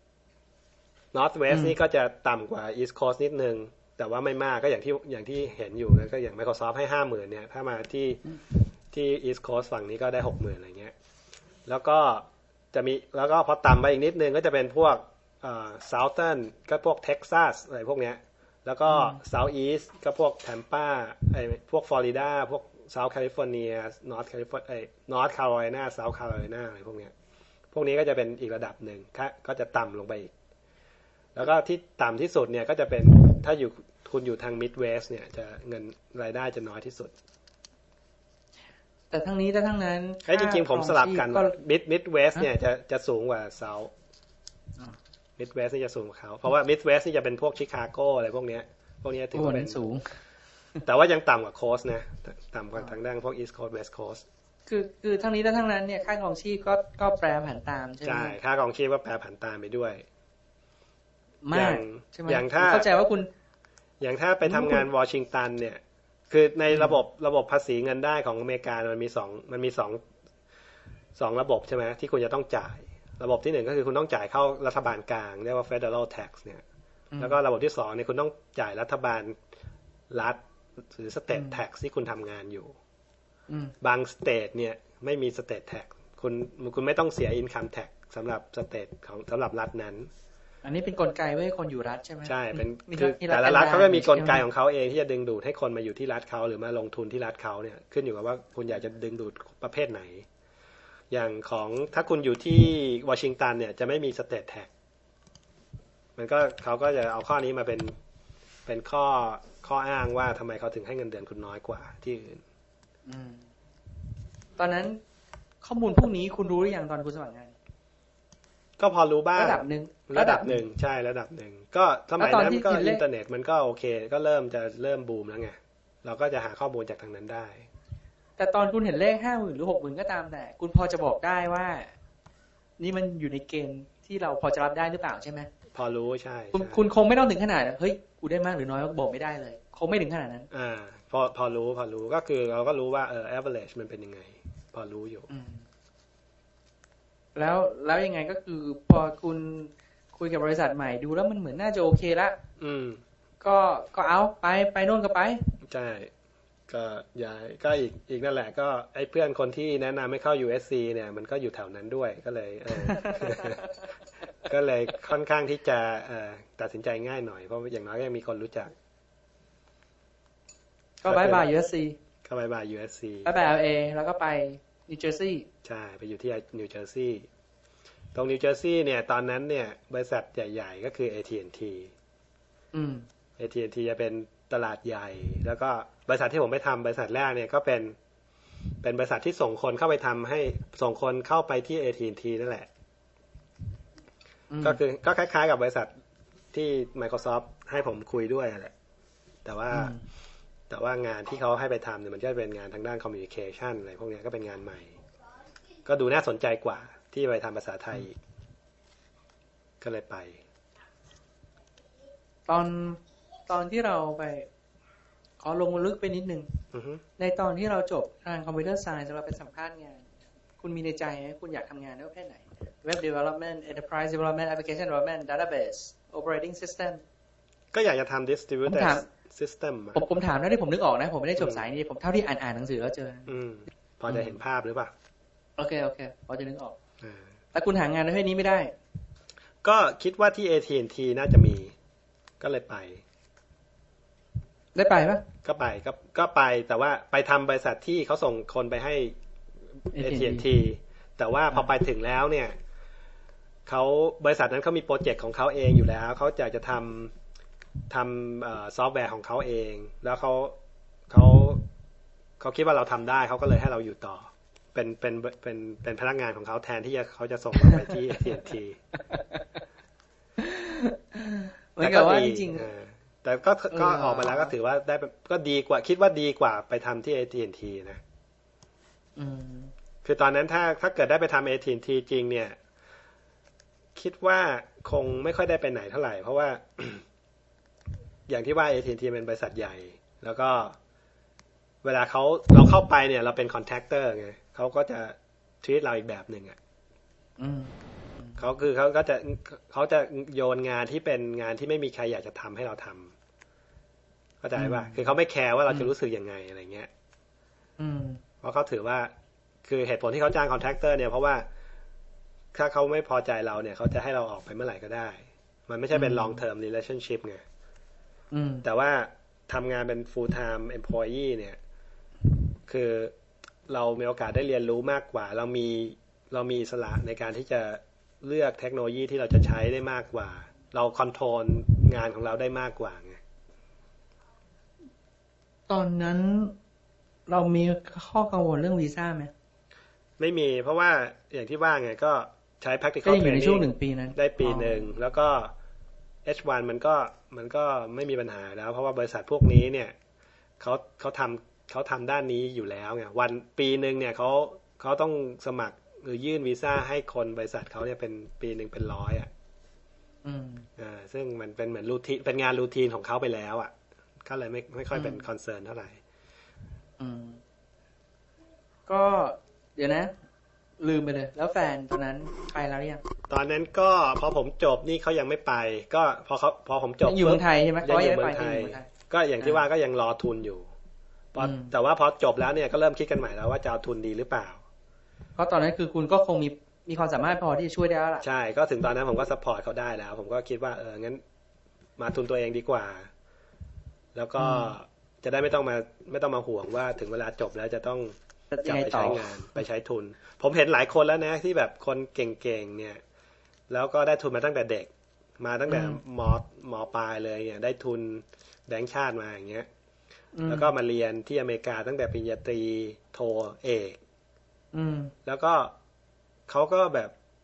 North West นี่ก็จะต่ำกว่า East Coast นิดนึงแต่ว่าไม่มากก็อย่างที่อย่างที่เห็นอยู่นะก็อย่าง Microsoft ให้ ห้าหมื่น เนี่ยถ้ามาที่ที่ East Coast ฝั่งนี้ก็ได้ หกหมื่น อะไรเงี้ยแล้วก็จะมีแล้วก็พอต่ำไปอีกนิดนึงก็จะเป็นพวกเอ่อ Southern ก็พวก Texas อะไรพวกเนี้ยแล้วก็ South East ก็พวก Tampa ไอ้พวก Florida พวก South California North California ไอ้ North Carolina South Carolina อะไรพวกเนี้ยพวกนี้ก็จะเป็นอีกระดับหนึ่งก็จะต่ำลงไปอีกแล้วก็ที่ต่ำที่สุดเนี่ยก็จะเป็นถ้าอยู่คุณอยู่ทาง Midwest เนี่ยจะเงินรายได้จะน้อยที่สุดแต่ทั้งนี้แต่ทั้งนั้นไอ้จริงๆผมสลับกัน Mid Midwest เนี่ยจะจะสูงกว่า South Midwest นี่จะสูงกว่าเขาเพราะว่า Midwest นี่จะเป็นพวกชิคาโกอะไรพวกเนี้ยพวกนี้ถือว่าเป็นสูงแต่ว่ายังต่ำกว่า Coast นะต่ำกว่าทางด้านพวก East Coast West Coast คือคือทั้งนี้และทั้งนั้นเนี่ยค่าครองชีพก็ก็แปรผันตามใช่ไหมใช่ค่าครองชีพก็แปรผันตามไปด้วยมากใช่ไหมอย่างถ้าเข้าใจว่าคุณอย่างถ้าไปทำงานวอชิงตันเนี่ยคือในระบบระบบภาษีเงินได้ของอเมริกามันมีสองมันมีสองสองระบบใช่ไหมที่คุณจะต้องจ่ายระบบที่หนึ่งก็คือคุณต้องจ่ายเข้ารัฐบาลกลางเรียกว่า federal tax เนี่ยแล้วก็ระบบที่สองเนี่ยคุณต้องจ่ายรัฐบาลรัฐหรือ state tax ที่คุณทำงานอยู่บาง state เนี่ยไม่มี state tax คุณคุณไม่ต้องเสีย income tax สำหรับ state ของสำหรับรัฐนั้นอันนี้เป็นกลไกไว้ให้คนอยู่รัฐใช่ไหมใช่เป็นคือแต่ละรัฐเขาก็มีกลไกของเขาเองที่จะดึงดูดให้คนมาอยู่ที่รัฐเขาหรือมาลงทุนที่รัฐเขาเนี่ยขึ้นอยู่กับว่าคุณอยากจะดึงดูดประเภทไหนอย่างของถ้าคุณอยู่ที่วอชิงตันเนี่ยจะไม่มีสเตทแท็กมันก็เขาก็จะเอาข้อนี้มาเป็นเป็นข้อข้ออ้างว่าทำไมเขาถึงให้เงินเดือนคุณน้อยกว่าที่อื่นตอนนั้นข้อมูลพวกนี้คุณรู้หรือยังตอนคุณสมัครงานก็พอรู้บ้างระดับหนึ่งระดับหนึ่งใช่ระดับหนึ่งก็สมัยนั้นก็อินเทอร์เน็ตมันก็โอเคก็เริ่มจะเริ่มบูมแล้วไงเราก็จะหาข้อมูลจากทางนั้นได้แต่ตอนคุณเห็นเลขห้าหมื่นหรือหกหมื่นก็ตามแต่คุณพอจะบอกได้ว่านี่มันอยู่ในเกณฑ์ที่เราพอจะรับได้หรือเปล่าใช่ไหมพอรู้ใช่คุณคุณคงไม่ต้องถึงขนาดเฮ้ยกูได้มากหรือน้อยก็บอกไม่ได้เลยคงไม่ถึงขนาดนั้นอ่าพอพอรู้พอรู้ก็คือเราก็รู้ว่าเออ average มันเป็นยังไงพอรู้อยู่แล้วแล้วยังไงก็คือพอคุณคุยกับบริษัทใหม่ดูแล้วมันเหมือนน่าจะโอเคละอืมก็ก็เอาไปไปโน่นก็ไปใช่ก็ย้ายก็อีกอีกนั่นแหละก็ไอ้เพื่อนคนที่แนะนำให้เข้า ยู เอส ซี เนี่ยมันก็อยู่แถวนั้นด้วยก็เลยเออ ก็เลยค่อนข้างที่จะเอ่อตัดสินใจง่ายหน่อยเพราะอย่างน้อยก็ยังมีคนรู้จักก็บายบาย ยู เอส ซีก็บายบาย ยู เอส ซีบายบาย แอล เอ แล้วก็ไปนิวเจอร์ซีย์ใช่ไปอยู่ที่นิวเจอร์ซีย์ตรงนิวเจอร์ซีย์เนี่ยตอนนั้นเนี่ยบริษัทใหญ่ๆก็คือ เอ ที แอนด์ ทีอืมเอ ที แอนด์ ที จะเป็นตลาดใหญ่แล้วก็บริษัทที่ผมไปทำบริษัทแรกเนี่ยก็เป็นเป็นบริษัทที่ส่งคนเข้าไปทำให้ส่งคนเข้าไปที่ เอ ที แอนด์ ที นั่นแหละก็คือก็คล้ายๆกับบริษัทที่ Microsoft ให้ผมคุยด้วยแหละแต่ว่าแต่ว่างานที่เขาให้ไปทำเนี่ยมันจะเป็นงานทางด้าน communication อะไรพวกนี้ก็เป็นงานใหม่ก็ดูน่าสนใจกว่าที่ไปทำภาษาไทยก็เลยไปตอนตอนที่เราไปขอลงลึกไปนิดนึงในตอนที่เราจบทางคอมพิวเตอร์ไซน์เราไปสัมภาษณ์งานคุณมีในใจไหมคุณอยากทำงานในประเภทไหน Web Development Enterprise Development Application Development Database Operating System ก็อยากจะทำ Distributed System ผมผมถามแล้วที่ผมนึกออกนะผมไม่ได้จบสายนี้ผมเท่าที่อ่านอ่านหนังสือแล้วเจออืมพอจะเห็นภาพหรือเปล่าโอเคโอเคพอจะนึกออกแต่คุณหางานในประเภทนี้ไม่ได้ก็คิดว่าที่ เอ ที แอนด์ ที น่าจะมีก็เลยไปได้ไปปะก็ไปก็ก็ไปแต่ว่าไปทำบริษัทที่เขาส่งคนไปให้ เอ ที แอนด์ ที แต่ว่าพอไปถึงแล้วเนี่ยเขาบริษัทนั้นเขามีโปรเจกต์ของเขาเองอยู่แล้วเขาอยากจะทำทำซอฟต์แวร์ของเขาเองแล้วเขาเขาเขาคิดว่าเราทำได้เขาก็เลยให้เราอยู่ต่อเป็นเป็นเป็นเป็นพนักงานของเขาแทนที่จะเขาจะส่งเราไปที่ เอ ที แอนด์ ทีแต่ก็ว่าจริงแต่ก็ก็ออกมาแล้วก็ถือว่าได้ก็ดีกว่าคิดว่าดีกว่าไปทำที่ เอ ที แอนด์ ที นะคือตอนนั้นถ้าถ้าเกิดได้ไปทำ เอ ที แอนด์ ที จริงเนี่ยคิดว่าคงไม่ค่อยได้ไปไหนเท่าไหร่เพราะว่า อย่างที่ว่า เอ ที แอนด์ ที เป็นบริษัทใหญ่แล้วก็เวลาเขาเราเข้าไปเนี่ยเราเป็นคอนแทคเตอร์ไงเขาก็จะทีทเราอีกแบบหนึ่งอ่ะเขาคือเขาก็จะเขาจะโยนงานที่เป็นงานที่ไม่มีใครอยากจะทำให้เราทำเข้าใจป่ะคือเขาไม่แคร์ว่าเราจะรู้สึกยังไงอะไรเงี้ยเพราะเขาถือว่าคือเหตุผลที่เขาจ้างคอนแทคเตอร์เนี่ยเพราะว่าถ้าเขาไม่พอใจเราเนี่ยเขาจะให้เราออกไปเมื่อไหร่ก็ได้มันไม่ใช่เป็น long term relationship ไงแต่ว่าทำงานเป็น full time employee เนี่ยคือเรามีโอกาสได้เรียนรู้มากกว่าเรามีเรามีอิสระในการที่จะเลือกเทคโนโลยีที่เราจะใช้ได้มากกว่าเราคอนโทรลงานของเราได้มากกว่าไงตอนนั้นเรามีข้อกังวลเรื่องวีซ่าไหมไม่มีเพราะว่าอย่างที่ว่าไงก็ใช้ practical ก็ยังอยู่ในช่วงหนึ่งปีนั้นได้ปีหนึ่งแล้วก็ เอช วัน มันก็มันก็ไม่มีปัญหาแล้วเพราะว่าบริษัทพวกนี้เนี่ยเขาเขาทำเขาทำด้านนี้อยู่แล้วไงวันปีหนึ่งเนี่ยเขาเขาต้องสมัครหรือยื่นวีซ่าให้คนบริษัทเขาเนี่ยเป็นปีหนึ่งเป็นร้อยอ่ะอืมอ่าซึ่งมันเป็นเหมือนรูทีนเป็นงานรูทีนของเขาไปแล้วอ่ะก็เลยไม่ไม่ค่อยเป็นคอนเซิร์นเท่าไหร่อืมก็เดี๋ยวนะลืมไปเลยแล้วแฟนตอนนั้นไปแล้วยังตอนนั้นก็พอผมจบนี่เขายังไม่ไปก็พอเขาพอผมจบยังอยู่เมืองไทยใช่ไหมยังอยู่เมืองไทยก็อย่างที่ว่าก็ยังรอทุนอยู่แต่ว่าพอจบแล้วเนี่ยก็เริ่มคิดกันใหม่แล้วว่าจะเอาทุนดีหรือเปล่าเพราะตอนนั้นคือคุณก็คงมีมีความสามารถพอที่จะช่วยได้แล้วล่ะใช่ก็ถึงตอนนั้นผมก็ซัพพอร์ตเขาได้แล้วผมก็คิดว่าเอองั้นมาทุนตัวเองดีกว่าแล้วก็จะได้ไม่ต้องมาไม่ต้องมาห่วงว่าถึงเวลาจบแล้วจะต้องจะไปใช้งานไปใช้ทุนผมเห็นหลายคนแล้วนะที่แบบคนเก่งๆเนี่ยแล้วก็ได้ทุนมาตั้งแต่เด็กมาตั้งแต่มอมอปลายเลยเนี่ยได้ทุนแบงก์ชาติมาอย่างเงี้ยแล้วก็มาเรียนที่อเมริกาตั้งแต่ปริญญาตรีโทเอกแล้วก็เขาก็แบบ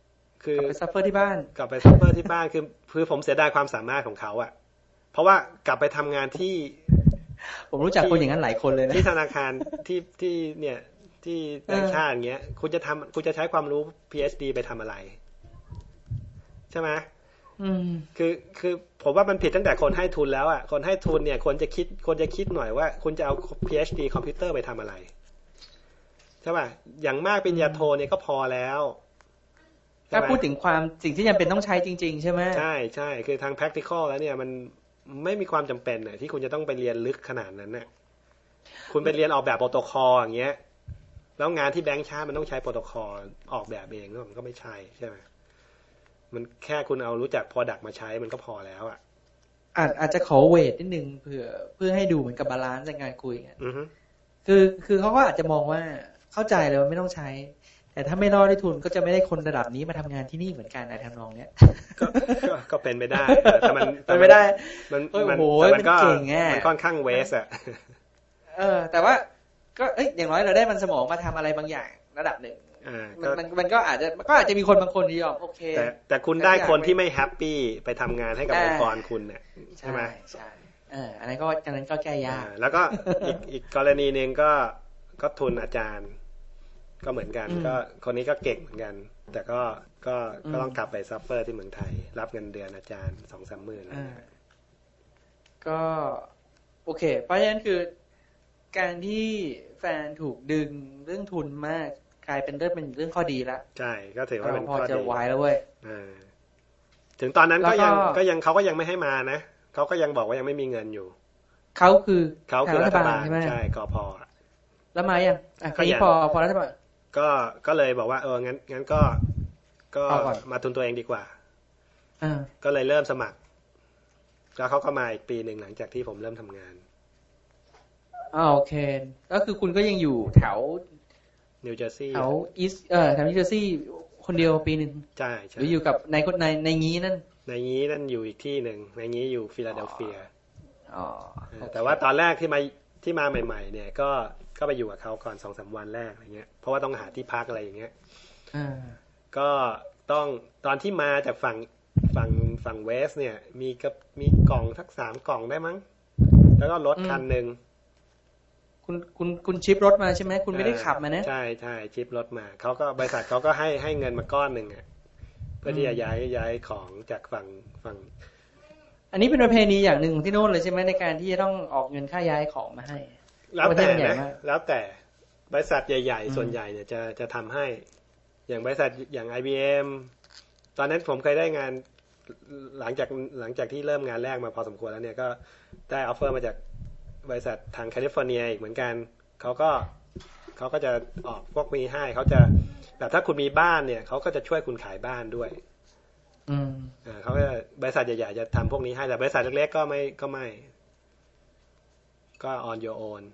คือกลับไปซัฟเฟอร์ที่บ้านกลับไปซัฟเฟอร์ที่บ้านคือคือผมเสียดายความสามารถของเขาอะเพราะว่ากลับไปทำงานที่ผมรู้จักคนอย่างนั้นหลายคนเลยนะที่ธนาคารที่ที่เนี่ยที่แบงก์ชาติอย่างเงี้ยคุณจะทำคุณจะใช้ความรู้ พี เอช ดี ไปทำอะไรใช่ไหมอืมคือคือผมว่ามันผิดตั้งแต่คนให้ทุนแล้วอ่ะคนให้ทุนเนี่ยควรจะคิดควรจะคิดหน่อยว่าคุณจะเอา พี เอช ดี คอมพิวเตอร์ไปทำอะไรใช่ป่ะอย่างมากปริญญาโทเนี่ยก็พอแล้วถ้าพูดถึงความสิ่งที่จำเป็นต้องใช้จริงๆใช่ไหมใช่ใช่คือทาง practical แล้วเนี่ยมันไม่มีความจำเป็นน่ะที่คุณจะต้องไปเรียนลึกขนาดนั้นน่ะคุณไปเรียนออกแบบโปรโตคอลอย่างเงี้ยแล้วงานที่แบงค์ชาติมันต้องใช้โปรโตคอลออกแบบเองมันก็ไม่ใช่ใช่ไหมมันแค่คุณเอารู้จัก product มาใช้มันก็พอแล้วอ่ะอาจอาจจะขอเวทนิดนึงเพื่อเพื่อให้ดูเหมือนกับบาลานซ์ในการคุยกันอือฮึคือคือเขาก็อาจจะมองว่าเข้าใจเลยว่าไม่ต้องใช้แต่ถ้าไม่รอดได้ทุนก็จะไม่ได้คนระดับนี้มาทำงานที่นี่เหมือนกันในทำนองเนี้ยก็ก็เป็นไปได้แต่มันเป็นไม่ได้มันมันมันก็มันค่อนข้างเวสอะเออแต่ว่าก็เอ้ยอย่างน้อยเราได้มันสมองมาทำอะไรบางอย่างระดับหนึ่งมันมันก็อาจจะก็อาจจะมีคนบางคนที่ยอมโอเคแต่แต่คุณได้คนที่ไม่แฮปปี้ไปทำงานให้กับองค์กรคุณเนี่ยใช่ไหมใช่เอออันนั้นก็อันนั้นก็แก้ยากแล้วก็อีกอีกกรณีนึงก็ก็ทุนอาจารย์ก็เหมือนกันก็คนนี้ก็เก่งเหมือนกันแต่ก็ก็ก็ต้องกลับไปซัฟเฟอร์ที่เมืองไทยรับเงินเดือนอาจารย์สองสามหมื่นก็โอเคเพราะฉะนั้นคือการที่แฟนถูกดึงเรื่องทุนมากกลายเป็นเรื่องเป็นเรื่องข้อดีแล้วใช่ก็ถือว่าเป็นข้อดีพอจะไว้แล้วเว้ยถึงตอนนั้นก็ยังก็ยังเขาก็ยังไม่ให้มานะเขาก็ยังบอกว่ายังไม่มีเงินอยู่เขาคือเขาคือรัฐบาลใช่กพ. แล้วมายังอ่ะคราวนี้พอพอรัฐบาลก็ก็เลยบอกว่าเอองั้นงั้นก็ก็มาทุนตัวเองดีกว่าก็เลยเริ่มสมัครแล้วเขาก็มาอีกปีหนึ่งหลังจากที่ผมเริ่มทำงานอ๋อโอเคก็คือคุณก็ยังอยู่แถวนิวเจอร์ซีย์แถวอีสเออแถวนิวเจอร์ซีย์คนเดียวปีหนึ่งใช่ใช่หรืออยู่กับในคนในในงี้นั่นในงี้นั่นอยู่อีกที่หนึ่งในงี้อยู่ฟิลาเดลเฟียอ๋อแต่ว่าตอนแรกที่มาที่มาใหม่ๆเนี่ยก็ก็ไปอยู่กับเขาก่อนสองสามวันแรกอะไรเงี้ยเพราะว่าต้องหาที่พักอะไรอย่างเงี้ยก็ต้องตอนที่มาจากฝั่งฝั่งฝั่งเวสเนี่ยมีกับมีกล่องทักสามกล่องได้มั้งแล้วก็รถคันหนึ่งคุณคุณคุณชิปรถมาใช่ไหมคุณไม่ได้ขับมานะใช่ใช่ชิปรถมาเขาก็บริษัทเขาก็ให้ให้เงินมาก้อนหนึ่งอ่ะเพื่อที่จะย้ายย้ายของจากฝั่งฝั่งอันนี้เป็นประเพณีอย่างหนึ่งที่โน่นเลยใช่ไหมในการที่จะต้องออกเงินค่าย้ายของมาให้แล้วแต่นะแล้วแต่บริษัทใหญ่ๆส่วนใหญ่เนี่ยจะจะทำให้อย่างบริษัทอย่าง ไอ บี เอ็ม ตอนนั้นผมเคยได้งานหลังจากหลังจากที่เริ่มงานแรกมาพอสมควรแล้วเนี่ยก็ได้ออฟเฟอร์มาจากบริษัททางแคลิฟอร์เนียอีกเหมือนกันเขาก็เขาก็จะออกพวกมีให้เขาจะแบบถ้าคุณมีบ้านเนี่ยเขาก็จะช่วยคุณขายบ้านด้วยอืมอ่าเขาก็บริษัทใหญ่ๆจะทำพวกนี้ให้แต่บริษัทเล็กๆก็ไม่ก็ไม่ก็ on your own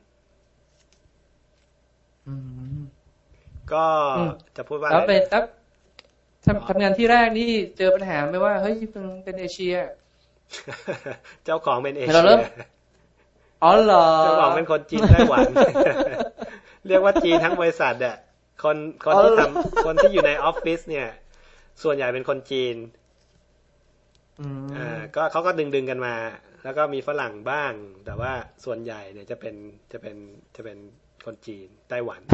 อืมก็จะพูดว่าแล้วเป็นแล้วทำงานที่แรกนี่เจอปัญหาไหมว่าเฮ้ยเป็นเป็นเอเชียเจ้าของเป็นเอเชียอ๋อเหรอเจ้าของเป็นคนจีนไต้หวันเรียกว่าจีนทั้งบริษัทอ่ะคนคนที่ทำคนที่อยู่ในออฟฟิศเนี่ยส่วนใหญ่เป็นคนจีนอ่าก็เขาก็ดึงดึงกันมาแล้วก็มีฝรั่งบ้างแต่ว่าส่วนใหญ่เนี่ยจะเป็นจะเป็นจะเป็นคนจีนไต้หวัน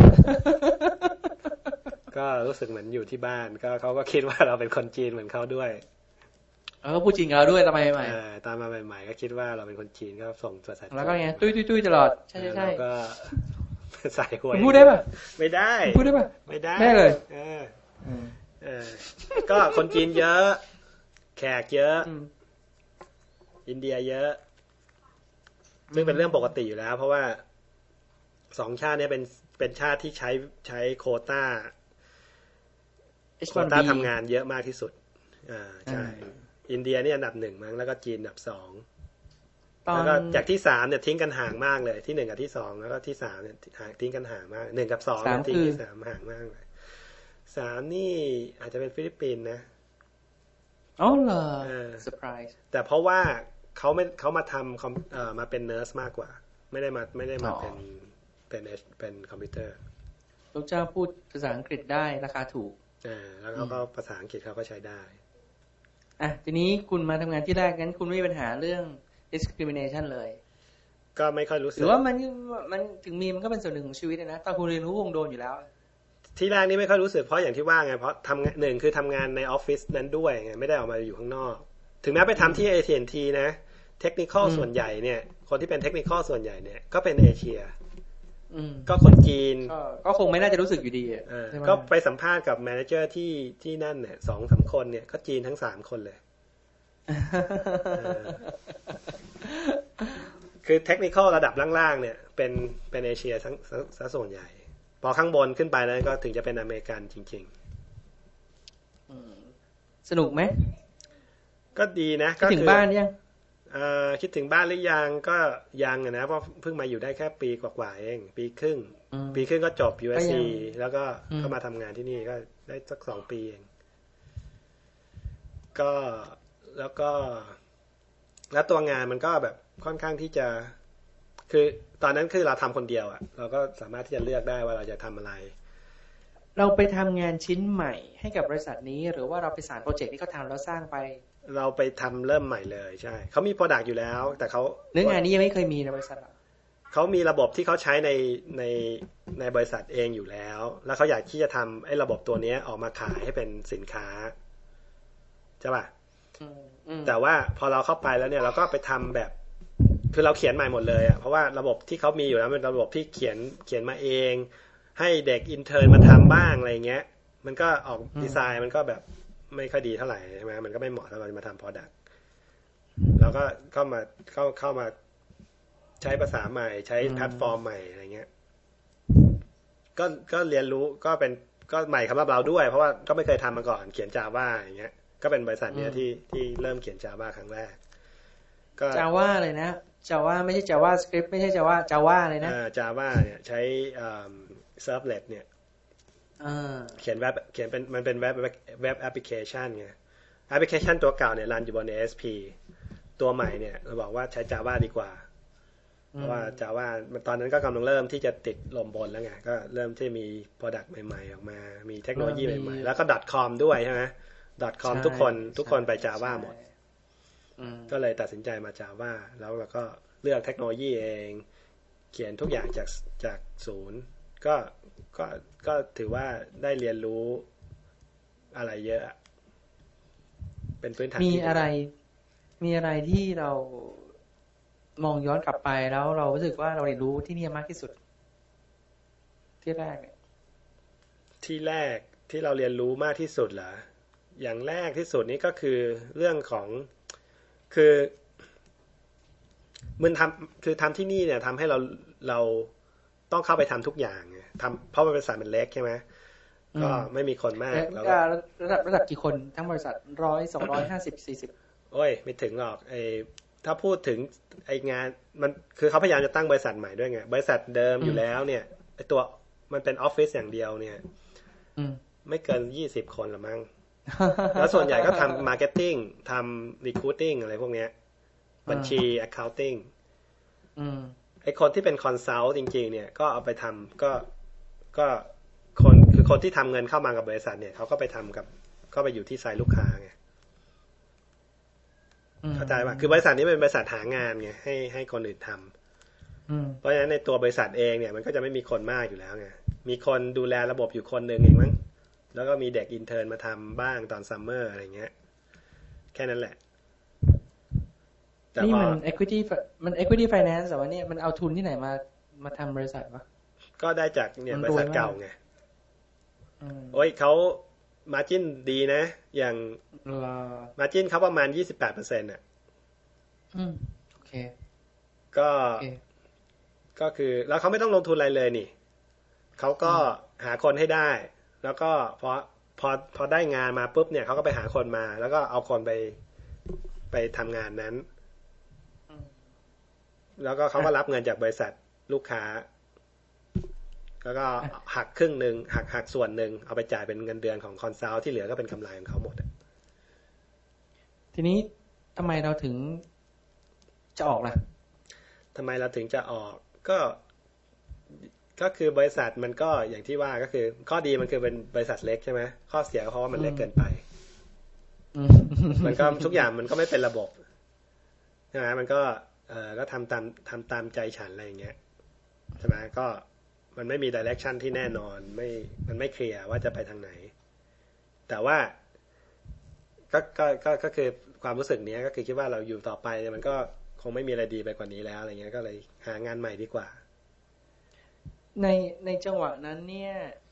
ก็รู้สึกเหมือนอยู่ที่บ้านก็เขาก็คิดว่าเราเป็นคนจีนเหมือนเขาด้วยเออพูดจีนกับเราด้วยตอนมาใหม่ๆตอนมาใหม่ๆก็คิดว่าเราเป็นคนจีนก็ส่งตัวสายแล้วก็ไงตุ้ยตุ้ยตุ้ยตลอดใช่ใช่ก็ใส่หัวพูดได้ป่ะไม่ได้พูดได้ป่ะไม่ได้ไม่เลยเออเออก็คนจีนเยอะแขกเยอะอินเดียเยอะซึ่งเป็นเรื่องปกติอยู่แล้วเพราะว่าสองชาตินี้เป็นเป็นชาติที่ใช้ใช้โควต้าโควต้าทำงานเยอะมากที่สุดอ่าใช่อินเดียนี่อันดับหนึ่งมั้งแล้วก็จีนอันดับสองแล้วก็จากที่สามเนี่ยทิ้งกันห่างมากเลยที่หนึ่งกับที่สองแล้วก็ที่สามเนี่ยทิ้งกันห่างมากหนึ่งกับสองทิ้งที่สามห่างมากเลยสามนี่อาจจะเป็นฟิลิปปินส์นะอ๋อเหรอเซอร์ไพรส์แต่เพราะว่าเขาไม่เขามาทำเอ่อมาเป็นเนิร์สมากกว่าไม่ได้มาไม่ได้มาเป็นเป็นเป็นคอมพิวเตอร์ลูกเจ้าพูดภาษาอังกฤษได้ราคาถูกอ่าแล้วเขาก็ภาษาอังกฤษเขาก็ใช้ได้อ่ะทีนี้คุณมาทำงานที่แรกงั้นคุณไม่มีปัญหาเรื่อง discrimination เลยก็ไม่ค่อยรู้สึกหรือว่ามันมันถึงมีมันก็เป็นส่วนหนึ่งของชีวิตนะตอนคุณเรียนรู้คงโดนอยู่แล้วที่แรกนี่ไม่ค่อยรู้สึกเพราะอย่างที่ว่าไงเพราะทำหนึ่งคือทำงานในออฟฟิศนั้นด้วยไงไม่ได้ออกมาอยู่ข้างนอกถึงแม้ไปทำที่ เอ ที แอนด์ ที นะเทคนิคอลส่วนใหญ่เนี่ยคนที่เป็นเทคนิคอลส่วนใหญ่เนี่ยก็เป็นเอเชียก็คนจีนก็คงไม่น่าจะรู้สึกอยู่ดีก็ไปสัมภาษณ์กับแมเนเจอร์ที่ที่นั่นเนี่ยสองสามคนเนี่ยก็จีนทั้งสามคนเลยคือเทคนิคอลระดับล่างๆเนี่ยเป็นเป็นเอเชียทั้งซะส่วนใหญ่พอข้างบนขึ้นไปแล้วก็ถึงจะเป็นอเมริกันจริงๆสนุกไหมก็ดีนะคิดถึงบ้านยังเอ่อคิดถึงบ้านหรือยังก็ยังนะเพราะเพิ่งมาอยู่ได้แค่ปีกว่าๆเองปีครึ่งปีครึ่งก็จบ ยู เอส ซี แล้วก็ก็มาทำงานที่นี่ก็ได้สักสองปีเองก็แล้วก็แล้วตัวงานมันก็แบบค่อนข้างที่จะคือตอนนั้นคือเราทำคนเดียวอ่ะเราก็สามารถที่จะเลือกได้ว่าเราจะทำอะไรเราไปทำงานชิ้นใหม่ให้กับบริษัทนี้หรือว่าเราไปสานโปรเจกต์ที่เขาทำแล้วสร้างไปเราไปทำเริ่มใหม่เลยใช่เขามี product อยู่แล้วแต่เขาเนื้องานนี้ยังไม่เคยมีในบริษัทเขามีระบบที่เขาใช้ในในในบริษัทเองอยู่แล้วแล้วเขาอยากที่จะทำไอ้ระบบตัวนี้ออกมาขายให้เป็นสินค้าใช่ป่ะแต่ว่าพอเราเข้าไปแล้วเนี่ยเราก็ไปทำแบบคือเราเขียนใหม่หมดเลยอ่ะเพราะว่าระบบที่เขามีอยู่แล้วเป็นระบบที่เขียนเขียนมาเองให้เด็กอินเทอร์มาทำบ้างอะไรเงี้ยมันก็ออกดีไซน์มันก็แบบไม่ค่อยดีเท่าไหร่ใช่ไหมมันก็ไม่เหมาะสำหรับมาทำ product เราก็เข้ามาเข้าเข้ามาใช้ภาษาใหม่ใช้แพลตฟอร์มใหม่อะไรเงี้ยก็ก็เรียนรู้ก็เป็นก็ใหม่สำหรับเราด้วยเพราะว่าก็ไม่เคยทำมาก่อนเขียน Java อย่างเงี้ยก็เป็นบริษัทเนี้ยที่ที่เริ่มเขียน Java ครั้งแรกก็ Java เลยนะ Java ไม่ใช่ JavaScript ไม่ใช่ Java Java เลยนะอ่า Java เนี่ยใช้อ่า Servlet เนี่ยเขียนเว็บเขียนเป็นมันเป็นเว็บเว็บแอปพลิเคชันไงแอปพลิเคชันตัวเก่าเนี่ยรันอยู่บน เอ เอส พี ตัวใหม่เนี่ยเราบอกว่าใช้ Java ดีกว่าเพราะว่า Java ตอนนั้นก็กำลังเริ่มที่จะติดลมบนแล้วไงก็เริ่มที่มี product ใหม่ๆออกมามีเทคโนโลยีใหม่ๆแล้วก็ .com ด้วยใช่ไหม .com ทุกคนทุกคนไป Java หมดก็เลยตัดสินใจมา Java แล้วเราก็เลือกเทคโนโลยีเองเขียนทุกอย่างจากจากศูนย์ก็ก็ก็ถือว่าได้เรียนรู้อะไรเยอะเป็นพื้นฐานมีอะไรมีอะไรที่เรามองย้อนกลับไปแล้วเรารู้สึกว่าเราเรียนรู้ที่นี่มากที่สุดที่แรกเนี่ยที่แรกที่เราเรียนรู้มากที่สุดเหรออย่างแรกที่สุดนี้ก็คือเรื่องของคือมันทำคือทำที่นี่เนี่ยทำให้เราเราต้องเข้าไปทำทุกอย่างไงทำเพราะบริษัทมันเล็กใช่ไหมก็ไม่มีคนมากแล้วก็ระดับระดับกี่คนทั้งบริษัทร้อยสองร้อยห้าสิบสี่สิบโอ้ยไม่ถึงหรอกไอถ้าพูดถึงไองานมันคือเขาพยายามจะตั้งบริษัทใหม่ด้วยไงบริษัทเดิมอยู่แล้วเนี่ยไอตัวมันเป็นออฟฟิศอย่างเดียวเนี่ยไม่เกินยี่สิบคนละมั้งแล้วส่วนใหญ่ก็ทำมาร์เก็ตติ้งทำรีครูทติ้งอะไรพวกเนี้ยบัญชี accounting ไอคนที่เป็นคอนซัลท์จริงๆเนี่ยก็เอาไปทำก็ก็คนคือคนที่ทำเงินเข้ามากับบริษัทเนี่ยเขาก็ไปทำกับก็ไปอยู่ที่ไซต์ลูกค้าไงเข้าใจป่ะคือบริษัทนี้เป็นบริษัทหางานไงให้ให้คนอื่นทำเพราะฉะนั้นในตัวบริษัทเองเนี่ยมันก็จะไม่มีคนมากอยู่แล้วไงมีคนดูแลระบบอยู่คนหนึ่งเองมั้งแล้วก็มีเด็กอินเทิร์นมาทำบ้างตอนซัมเมอร์อะไรเงี้ยแค่นั้นแหละนี่มัน equity มัน equity finance แต่ว่าเนี่ยมันเอาทุนที่ไหนมามาทำบริษัทวะก็ได้จากเนี่ยบริษัทเก่าไงโอ้ยเขามาร์จิ้นดีนะอย่างมาร์จิ้นเขาประมาณ ยี่สิบแปดเปอร์เซ็นต์ อ่ะอืมโอเคก็ก็คือแล้วเขาไม่ต้องลงทุนอะไรเลยนี่เขาก็หาคนให้ได้แล้วก็พอพอพอได้งานมาปุ๊บเนี่ยเขาก็ไปหาคนมาแล้วก็เอาคนไปไปทำงานนั้นแล้วก็เขาก็รับเงินจากบริษัทลูกค้าแล้วก็หักครึ่งหนึ่งหักหักส่วนหนึ่งเอาไปจ่ายเป็นเงินเดือนของคอนซัลท์ที่เหลือก็เป็นกำไรของเขาหมดทีนี้ทำไมเราถึงจะออกล่ะทำไมเราถึงจะออกก็ก็คือบริษัทมันก็อย่างที่ว่าก็คือข้อดีมันคือเป็นบริษัทเล็กใช่ไหมข้อเสียเพราะว่ามันเล็กเกินไปมันก็ทุกอย่างมันก็ไม่เป็นระบบใช่ไหมมันก็เออก็ทำตามทำตามใจฉันอะไรอย่างเงี้ยใช่ไหมก็มันไม่มีดิเรกชันที่แน่นอนไม่มันไม่เคลียร์ว่าจะไปทางไหนแต่ว่าก็ก็ก็ก็คือความรู้สึกนี้ก็คือคิดว่าเราอยู่ต่อไปมันก็คงไม่มีอะไรดีไปกว่านี้แล้วอะไรเงี้ยก็เลยหางานใหม่ดีกว่าในในจังหวะนั้นเนี่ย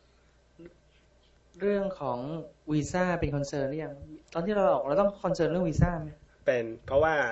เรื่องของวีซ่าเป็นคอนเซิร์นหรือยังตอนที่เราออกเราต้องคอนเซิร์นเรื่องวีซ่าไหมเป็นเพราะว่า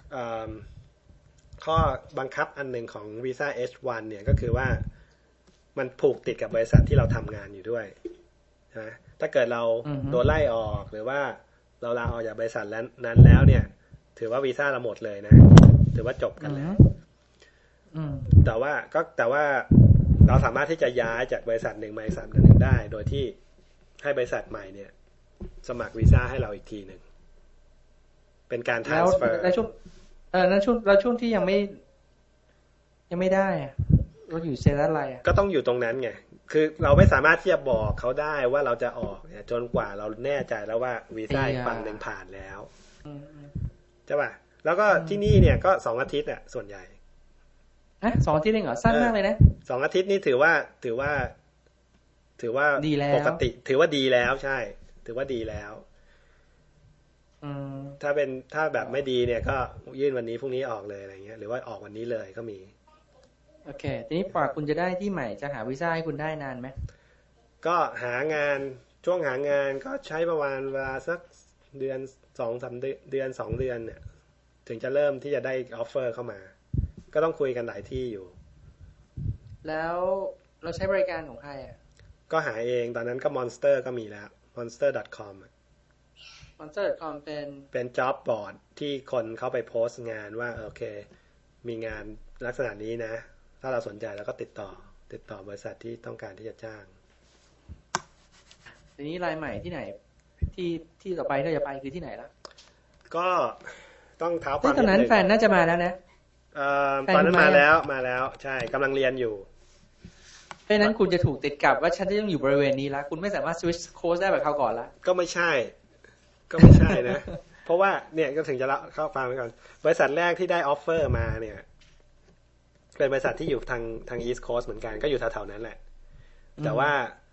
ข้อบังคับอันหนึ่งของวีซ่า เอช วัน เนี่ยก็คือว่ามันผูกติดกับบริษัทที่เราทำงานอยู่ด้วยนะถ้าเกิดเราโดนไล่ออกหรือว่าเราลาออกจากบริษัทนั้นแล้วเนี่ยถือว่าวีซ่าเราหมดเลยนะถือว่าจบกันแล้วแต่ว่าก็แต่ว่าเราสามารถที่จะย้ายจากบริษัทหนึ่งมาบริษัทหนึ่งได้โดยที่ให้บริษัทใหม่เนี่ยสมัครวีซ่าให้เราอีกทีหนึ่งเป็นการ transfer แล้วช่วงเออแล้วช่วงแล้วช่วงที่ยังไม่ยังไม่ได้อะเราอยู่เซตัสอะไรอ่ะก็ต้องอยู่ตรงนั้นไงคือเราไม่สามารถที่จะบอกเขาได้ว่าเราจะออกเนี่ยจนกว่าเราแน่ใจแล้วว่าวีซ่าอีกฝั่งหนึ่งผ่านแล้วใช่ป่ะแล้วก็ที่นี่เนี่ยก็สองอาทิตย์อ่ะส่วนใหญ่ฮะสองอาทิตย์เองเหรอสั้นมากเลยนะสองอาทิตย์นี่ถือว่าถือว่าถือว่าปกติถือว่าดีแล้วใช่ถือว่าดีแล้วถ้าเป็นถ้าแบบไม่ดีเนี่ยก็ยื่นวันนี้พรุ่งนี้ออกเลยอะไรเงี้ยหรือว่าออกวันนี้เลยก็มีโอเคทีนี้กว่าคุณจะได้ที่ใหม่จะหาวีซ่าให้คุณได้นานไหมก็หางานช่วงหางานก็ใช้ประมาณเวลาสักเดือนสองสามเดือนสองเดือนเนี่ยถึงจะเริ่มที่จะได้ออฟเฟอร์เข้ามาก็ต้องคุยกันหลายที่อยู่แล้วเราใช้บริการของใครอ่ะก็หาเองตอนนั้นก็ Monster ก็มีแล้ว มอนสเตอร์ ดอท คอมมอนสเตอร์ ดอท คอม เป็นเป็นจ็อบบอร์ดที่คนเข้าไปโพสต์งานว่าโอเคมีงานลักษณะนี้นะถ้าเราสนใจแล้วก็ติดต่อติดต่อบริษัทที่ต้องการที่จะจ้างทีนี้รายใหม่ที่ไหนที่ที่ต่อไปที่เราจะไปคือที่ไหนล่ะก็ต้องเท้าความตอนนั้นแฟนน่าจะมาแล้วนะเอ่อตอนนั้นมาแล้วมาแล้วใช่กำลังเรียนอยู่เพราะนั้นคุณจะถูกติดกับว่าฉันจะต้องอยู่บริเวณนี้แล้วคุณไม่สามารถสวิตช์โค้ชได้แบบเขาก่อนละก็ไม่ใช่ก็ไม่ใช่นะเพราะว่าเนี่ยก็ถึงจะเข้าฟังไว้ก่อนบริษัทแรกที่ได้ออฟเฟอร์มาเนี่ยเป็นบริษัทที่อยู่ทางทางอีสต์โคสต์เหมือนกันก็อยู่แถวๆนั้นแหละแต่ว่า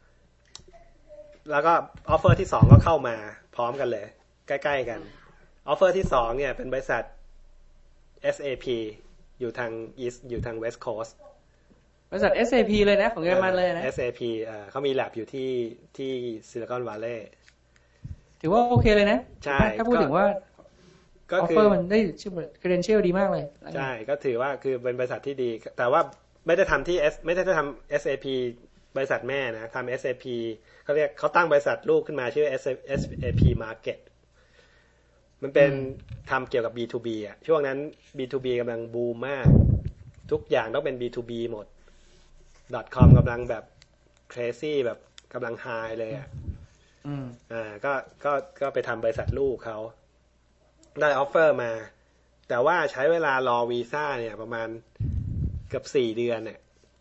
แล้วก็ออฟเฟอร์ที่สองก็เข้ามาพร้อมกันเลยใกล้ๆกันออฟเฟอร์ที่สองเนี่ยเป็นบริษัท เอส เอ พี อยู่ทางอีสต์อยู่ทางเวสต์โคสต์บริษัท เอส เอ พี เลยนะของเยอรมันเลยนะเอส เอ พี เอ่อเขามี lab อยู่ที่ที่ซิลิคอนวัลเลย์ถือว่าโอเคเลยนะใช่ถ้าพูดถึงว่าออฟเฟอร์มันได้ชื่อ credential ดีมากเลยใช่ก็ถือว่าคือเป็นบริษัทที่ดีแต่ว่าไม่ได้ทำที่ S ไม่ได้ทำ เอส เอ พี บริษัทแม่นะทำ เอส เอ พี เขาเรียกเขาตั้งบริษัทลูกขึ้นมาชื่อ เอส เอ พี Market มันเป็นทำเกี่ยวกับ บี ทู บี อ่ะช่วงนั้น บี ทู บี กำลังบูมมากทุกอย่างต้องเป็น บี ทู บี หมด .com กำลังแบบ crazy แบบกำลังไฮเลยอ่ะอ่าก็ก็ก็ไปทำบริษัทลูกเขาได้ออฟเฟอร์มาแต่ว่าใช้เวลารอวีซ่าเนี่ยประมาณเกือบสี่เดือนเนี่ย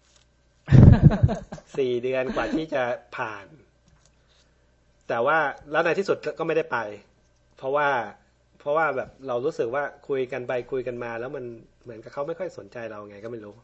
สี่เดือนกว่าที่จะผ่านแต่ว่าแล้วในที่สุดก็ไม่ได้ไปเพราะว่าเพราะว่าแบบเรารู้สึกว่าคุยกันไปคุยกันมาแล้วมันเหมือนกับเขาไม่ค่อยสนใจเราไงก็ไม่รู้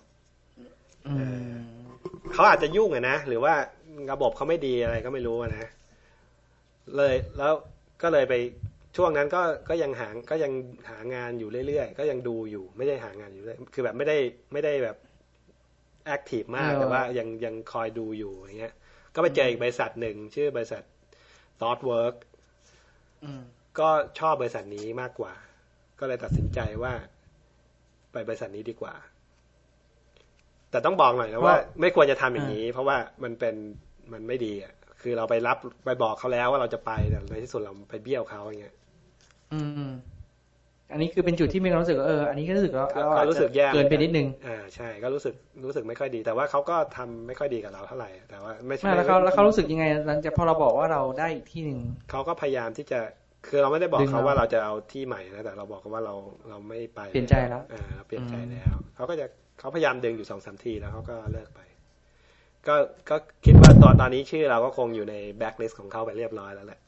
เขาอาจจะยุ่งอะนะหรือว่าระบบเขาไม่ดีอะไรก็ไม่รู้นะเลยแล้วก็เลยไปช่วงนั้นก็ก็ยังหาก็ยังหางานอยู่เรื่อยๆก็ยังดูอยู่ไม่ได้หางานอยู่เรื่อยคือแบบไม่ได้ไม่ได้แบบแอคทีฟมากแต่ว่ายังยังคอยดูอยู่อย่างเงี้ยก็ไปเจออีกบริษัทหนึ่งชื่อบริษัท ThoughtWork ก็ชอบบริษัทนี้มากกว่าก็เลยตัดสินใจว่าไปบริษัทนี้ดีกว่าแต่ต้องบอกหน่อยนะว่าไม่ควรจะทำอย่างนี้เพราะว่ามันเป็นมันไม่ดีอ่ะคือเราไปรับไปบอกเขาแล้วว่าเราจะไปแต่ในที่สุดเราไปเบี้ยวเขาอย่างเงี้ยอืมอันนี้คือเป็นจุดที่มีความรู้สึกเอออันนี้ก็รู้สึกว่าเรารู้สึกแย่เกินไปนิดนึงอ่าใช่ก็รู้สึกรู้สึกไม่ค่อยดีแต่ว่าเขาก็ทำไม่ค่อยดีกับเราเท่าไหร่แต่ว่าไม่ใช่แล้วเขาแล้วเขารู้สึกยังไงหลังจากพอเราบอกว่าเราได้อีกที่นึงเขาก็พยายามที่จะคือเราไม่ได้บอกเขาว่าเราจะเอาที่ใหม่นะแต่เราบอกเขาว่าเราเราไม่ไปเปลี่ยนใจแล้วอ่าเปลี่ยนใจแล้วเขาก็จะเขาพยายามดึงอยู่ สองสาม ทีแล้วเขาก็เลิกไปก็ก็คิดว่าตอนตอนนี้ชื่อเราก็คงอยู่ในแบ็คลิสต์ของเขาไปเรียบร้อยแล้วแหละ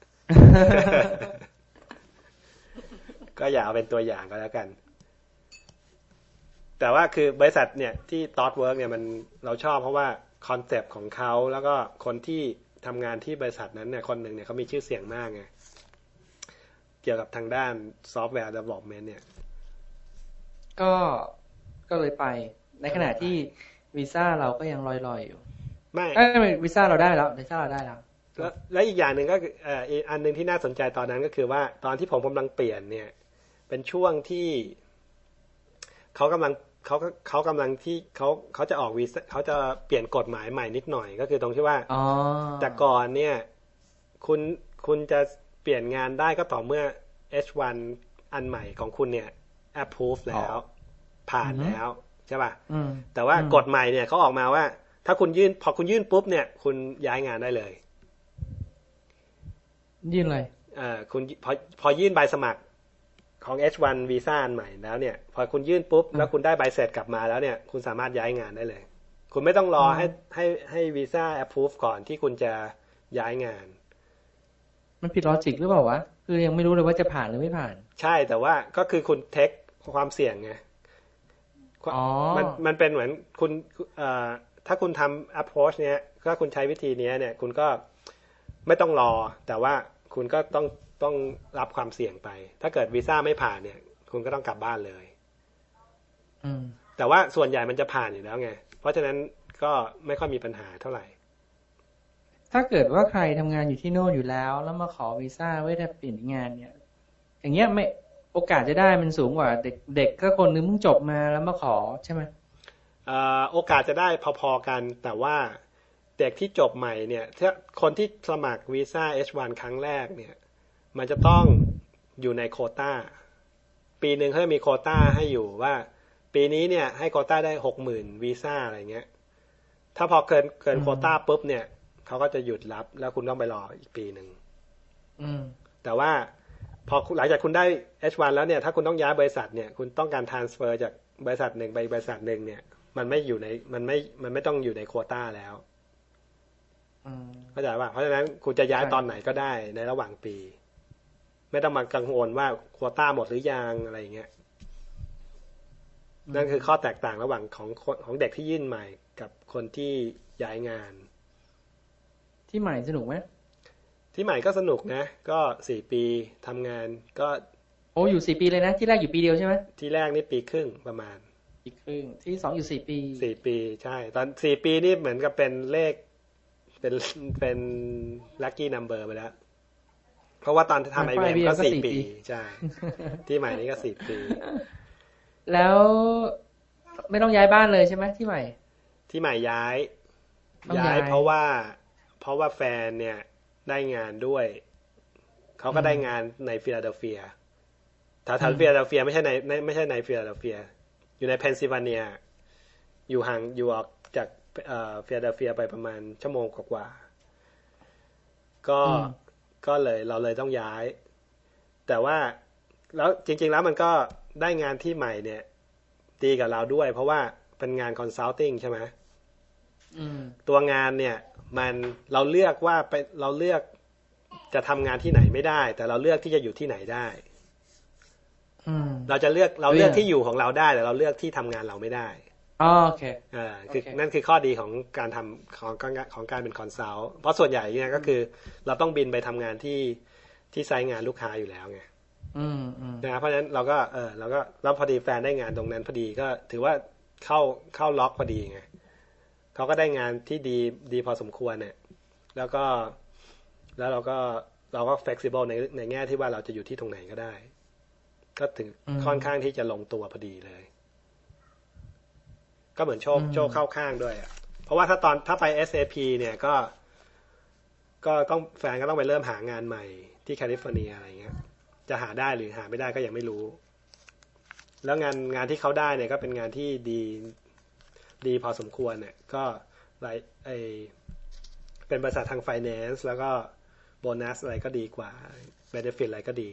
ก็อย่าเอาเป็นตัวอย่างก็แล้วกันแต่ว่าคือบริษัทเนี่ยที่ ThoughtWork เนี่ยมันเราชอบเพราะว่าคอนเซปต์ของเขาแล้วก็คนที่ทำงานที่บริษัทนั้นเนี่ยคนหนึ่งเนี่ยเขามีชื่อเสียงมากไงเกี่ยวกับทางด้านซอฟต์แวร์ development เนี่ยก็ก็เลยไปในขณะที่วีซ่าเราก็ยังลอยๆอยู่ไม่เอ้ยวีซ่าเราได้แล้ววีซ่าเราได้แล้วแล้วแล้วอีกอย่างหนึ่งก็คือเอ่ออีกอันนึงที่น่าสนใจตอนนั้นก็คือว่าตอนที่ผมกำลังเปลี่ยนเนี่ยเป็นช่วงที่เขากำลังเขาเขากำลังที่เขาเขาจะออกวีซ่าเขาจะเปลี่ยนกฎหมายใหม่นิดหน่อยก็คือตรงที่ว่าแต่ก่อนเนี่ยคุณคุณจะเปลี่ยนงานได้ก็ต่อเมื่อ เอช วัน อันใหม่ของคุณเนี่ย approve แล้วผ่านแล้วใช่ป่ะแต่ว่ากฎใหม่เนี่ยเขาออกมาว่าถ้าคุณยื่นพอคุณยื่นปุ๊บเนี่ยคุณย้ายงานได้เลยยื่นเลยเอ่อคุณพอพอยื่นใบสมัครของ เอช วัน วีซ่าอันใหม่แล้วเนี่ยพอคุณยื่นปุ๊บแล้วคุณได้ใบเสร็จกลับมาแล้วเนี่ยคุณสามารถย้ายงานได้เลยคุณไม่ต้องรอให้ให้ให้วีซ่า approve ก่อนที่คุณจะย้ายงานมันผิดลอจิกหรือเปล่าวะคือยังไม่รู้เลยว่าจะผ่านหรือไม่ผ่านใช่แต่ว่าก็คือคุณเทคความเสี่ยงไงอ๋อมันมันเป็นเหมือนคุณเอ่อถ้าคุณทำ approach เนี้ยถ้าคุณใช้วิธีนี้เนี่ยคุณก็ไม่ต้องรอแต่ว่าคุณก็ต้องต้องรับความเสี่ยงไปถ้าเกิดวีซ่าไม่ผ่านเนี่ยคุณก็ต้องกลับบ้านเลยอืมแต่ว่าส่วนใหญ่มันจะผ่านอยู่แล้วไงเพราะฉะนั้นก็ไม่ค่อยมีปัญหาเท่าไหร่ถ้าเกิดว่าใครทำงานอยู่ที่โน่นอยู่แล้วแล้วมาขอวีซ่าไว้ถ้าเปลี่ยนงานเนี่ยอย่างเงี้ยไม่โอกาสจะได้มันสูงกว่าเด็กเด็กก็คนนึงเพิ่งจบมาแล้วมาขอใช่ไหมอ่าโอกาสจะได้พอๆกันแต่ว่าเด็กที่จบใหม่เนี่ยถ้าคนที่สมัครวีซ่า เอช วัน ครั้งแรกเนี่ยมันจะต้องอยู่ในโควต้าปีหนึ่งเขาจะมีโควต้าให้อยู่ว่าปีนี้เนี่ยให้โควต้าได้หกหมื่นวีซ่าอะไรเงี้ยถ้าพอเกินเกินโควต้าปุ๊บเนี่ยเขาก็จะหยุดรับแล้วคุณต้องไปรออีกปีหนึ่งแต่ว่าพอหลังจากคุณได้ เอช วัน แล้วเนี่ยถ้าคุณต้องย้ายบริษัทเนี่ยคุณต้องการ transfer จากบริษัทหนึ่งไปบริษัทหนึ่งเนี่ยมันไม่อยู่ในมันไม่มันไม่ต้องอยู่ในโควต้าแล้วเข้าใจป่ะเพราะฉะนั้นคุณจะย้ายตอนไหนก็ได้ในระหว่างปีไม่ต้องมากังวลว่าโควต้าหมดหรือยังอะไรอย่างเงี้ยนั่นคือข้อแตกต่างระหว่างของของเด็กที่ยื่นใหม่กับคนที่ย้ายงานที่ใหม่สนุกไหมที่ใหม่ก็สนุกนะก็สี่ปีทำงานก็โอ้อยู่สี่ปีเลยนะที่แรกอยู่ปีเดียวใช่ไหมที่แรกนี่ปีครึ่งประมาณปีครึ่งที่สองอยู่สี่ปีสี่ปีใช่ตอนสี่ปีนี่เหมือนกับเป็นเลขเป็นเป็นลัคกี้นัมเบอร์ไปแล้วเพราะว่าตอนทำไอเวนก็สี่ปีใช่ที่ใหม่นี่ก็สี่ปีแล้วไม่ต้องย้ายบ้านเลยใช่ไหมที่ใหม่ที่ใหม่ย้ายย้ายเพราะว่าเพราะว่าแฟนเนี่ยได้งานด้วยเขาก็ได้งานในฟิลาเดลเฟียแถวๆฟิลาเดลเฟียไม่ใช่ในไม่ใช่ในฟิลาเดลเฟียอยู่ในเพนซิลเวเนียอยู่ห่างอยู่ออกจากเอ่อฟิลาเดลเฟียไปประมาณชั่วโมงกว่าๆก็ก็เลยเราเลยต้องย้ายแต่ว่าแล้วจริงๆแล้วมันก็ได้งานที่ใหม่เนี่ยดีกับเราด้วยเพราะว่าเป็นงานคอนซัลทิงใช่ไหมตัวงานเนี่ยมันเราเลือกว่าไปเราเลือกจะทำงานที่ไหนไม่ได้แต่เราเลือกที่จะอยู่ที่ไหนได้เราจะเลือกเราเลือกที่อยู่ของเราได้แต่เราเลือกที่ทำงานเราไม่ได้โอเคอ่าคือนั่นคือข้อดีของการทำของของการเป็นคอนซัลท์เพราะส่วนใหญ่เนี่ยก็คือเราต้องบินไปทำงานที่ที่ไซต์งานลูกค้าอยู่แล้วไงนะเพราะฉะนั้นเราก็เออเราก็แล้วพอดีแฟนได้งานตรงนั้นพอดีก็ถือว่าเข้าเข้าล็อกพอดีไงเขาก็ได้งานที่ดีดีพอสมควรเนี่ยแล้วก็แล้วเราก็เราก็ flexible ในในแง่ที่ว่าเราจะอยู่ที่ตรงไหนก็ได้ก็ถึงค่อนข้างที่จะลงตัวพอดีเลยก็เหมือนโชคโชคเข้าข้างด้วยอ่ะเพราะว่าถ้าตอนถ้าไป เอส เอ พี เนี่ยก็ก็ต้องแฟนก็ต้องไปเริ่มหางานใหม่ที่แคลิฟอร์เนียอะไรเงี้ยจะหาได้หรือหาไม่ได้ก็ยังไม่รู้แล้วงานงานที่เขาได้เนี่ยก็เป็นงานที่ดีดีพอสมควรเนี่ยก็หลายไอเป็นบริษัททาง finance แล้วก็โบนัสอะไรก็ดีกว่า benefit อะไรก็ดี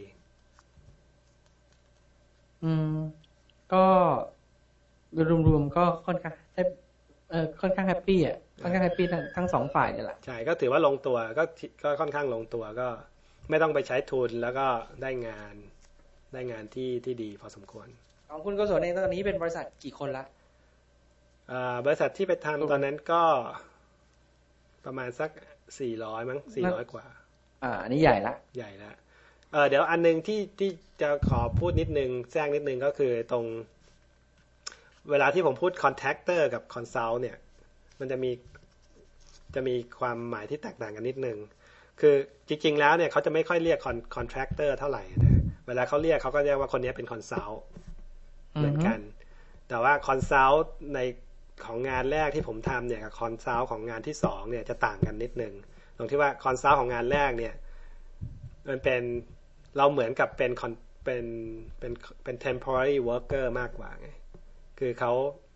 อืมก็รวมๆก็ค่อนข้างได้ออค่อนข้างแฮปปี้อ่ะค่อนข้างแฮปปี้ทั้งทั้งสองฝ่ายเลยล่ะใช่ก็ถือว่าลงตัวก็ก็ค่อนข้างลงตัวก็ไม่ต้องไปใช้ทุนแล้วก็ได้งานได้งานที่ที่ดีพอสมควรของคุณโกศลเองตอนนี้เป็นบริษัทกี่คนละอ่าบริษัทที่ไปทำตอนนั้นก็ประมาณสักสี่ร้อยมั้งสี่ร้อยกว่าอ่าอันนี้ใหญ่ละใหญ่ละเออเดี๋ยวอันนึงที่ที่จะขอพูดนิดนึงแทรกนิดนึงก็คือตรงเวลาที่ผมพูด contractor กับ consult เนี่ยมันจะมีจะมีความหมายที่แตกต่างกันนิดนึงคือจริงๆแล้วเนี่ยเขาจะไม่ค่อยเรียก contractor เท่าไหร่นะเวลาเขาเรียกเขาก็เรียกว่าคนนี้เป็น consult เหมือนกันแต่ว่า consult ในของงานแรกที่ผมทำเนี่ยกับ consult ของงานที่สองเนี่ยจะต่างกันนิดนึงตรงที่ว่า consult ของงานแรกเนี่ยมันเป็นเราเหมือนกับเป็นเป็นเป็นเป็น temporary worker มากกว่าไงคือเขา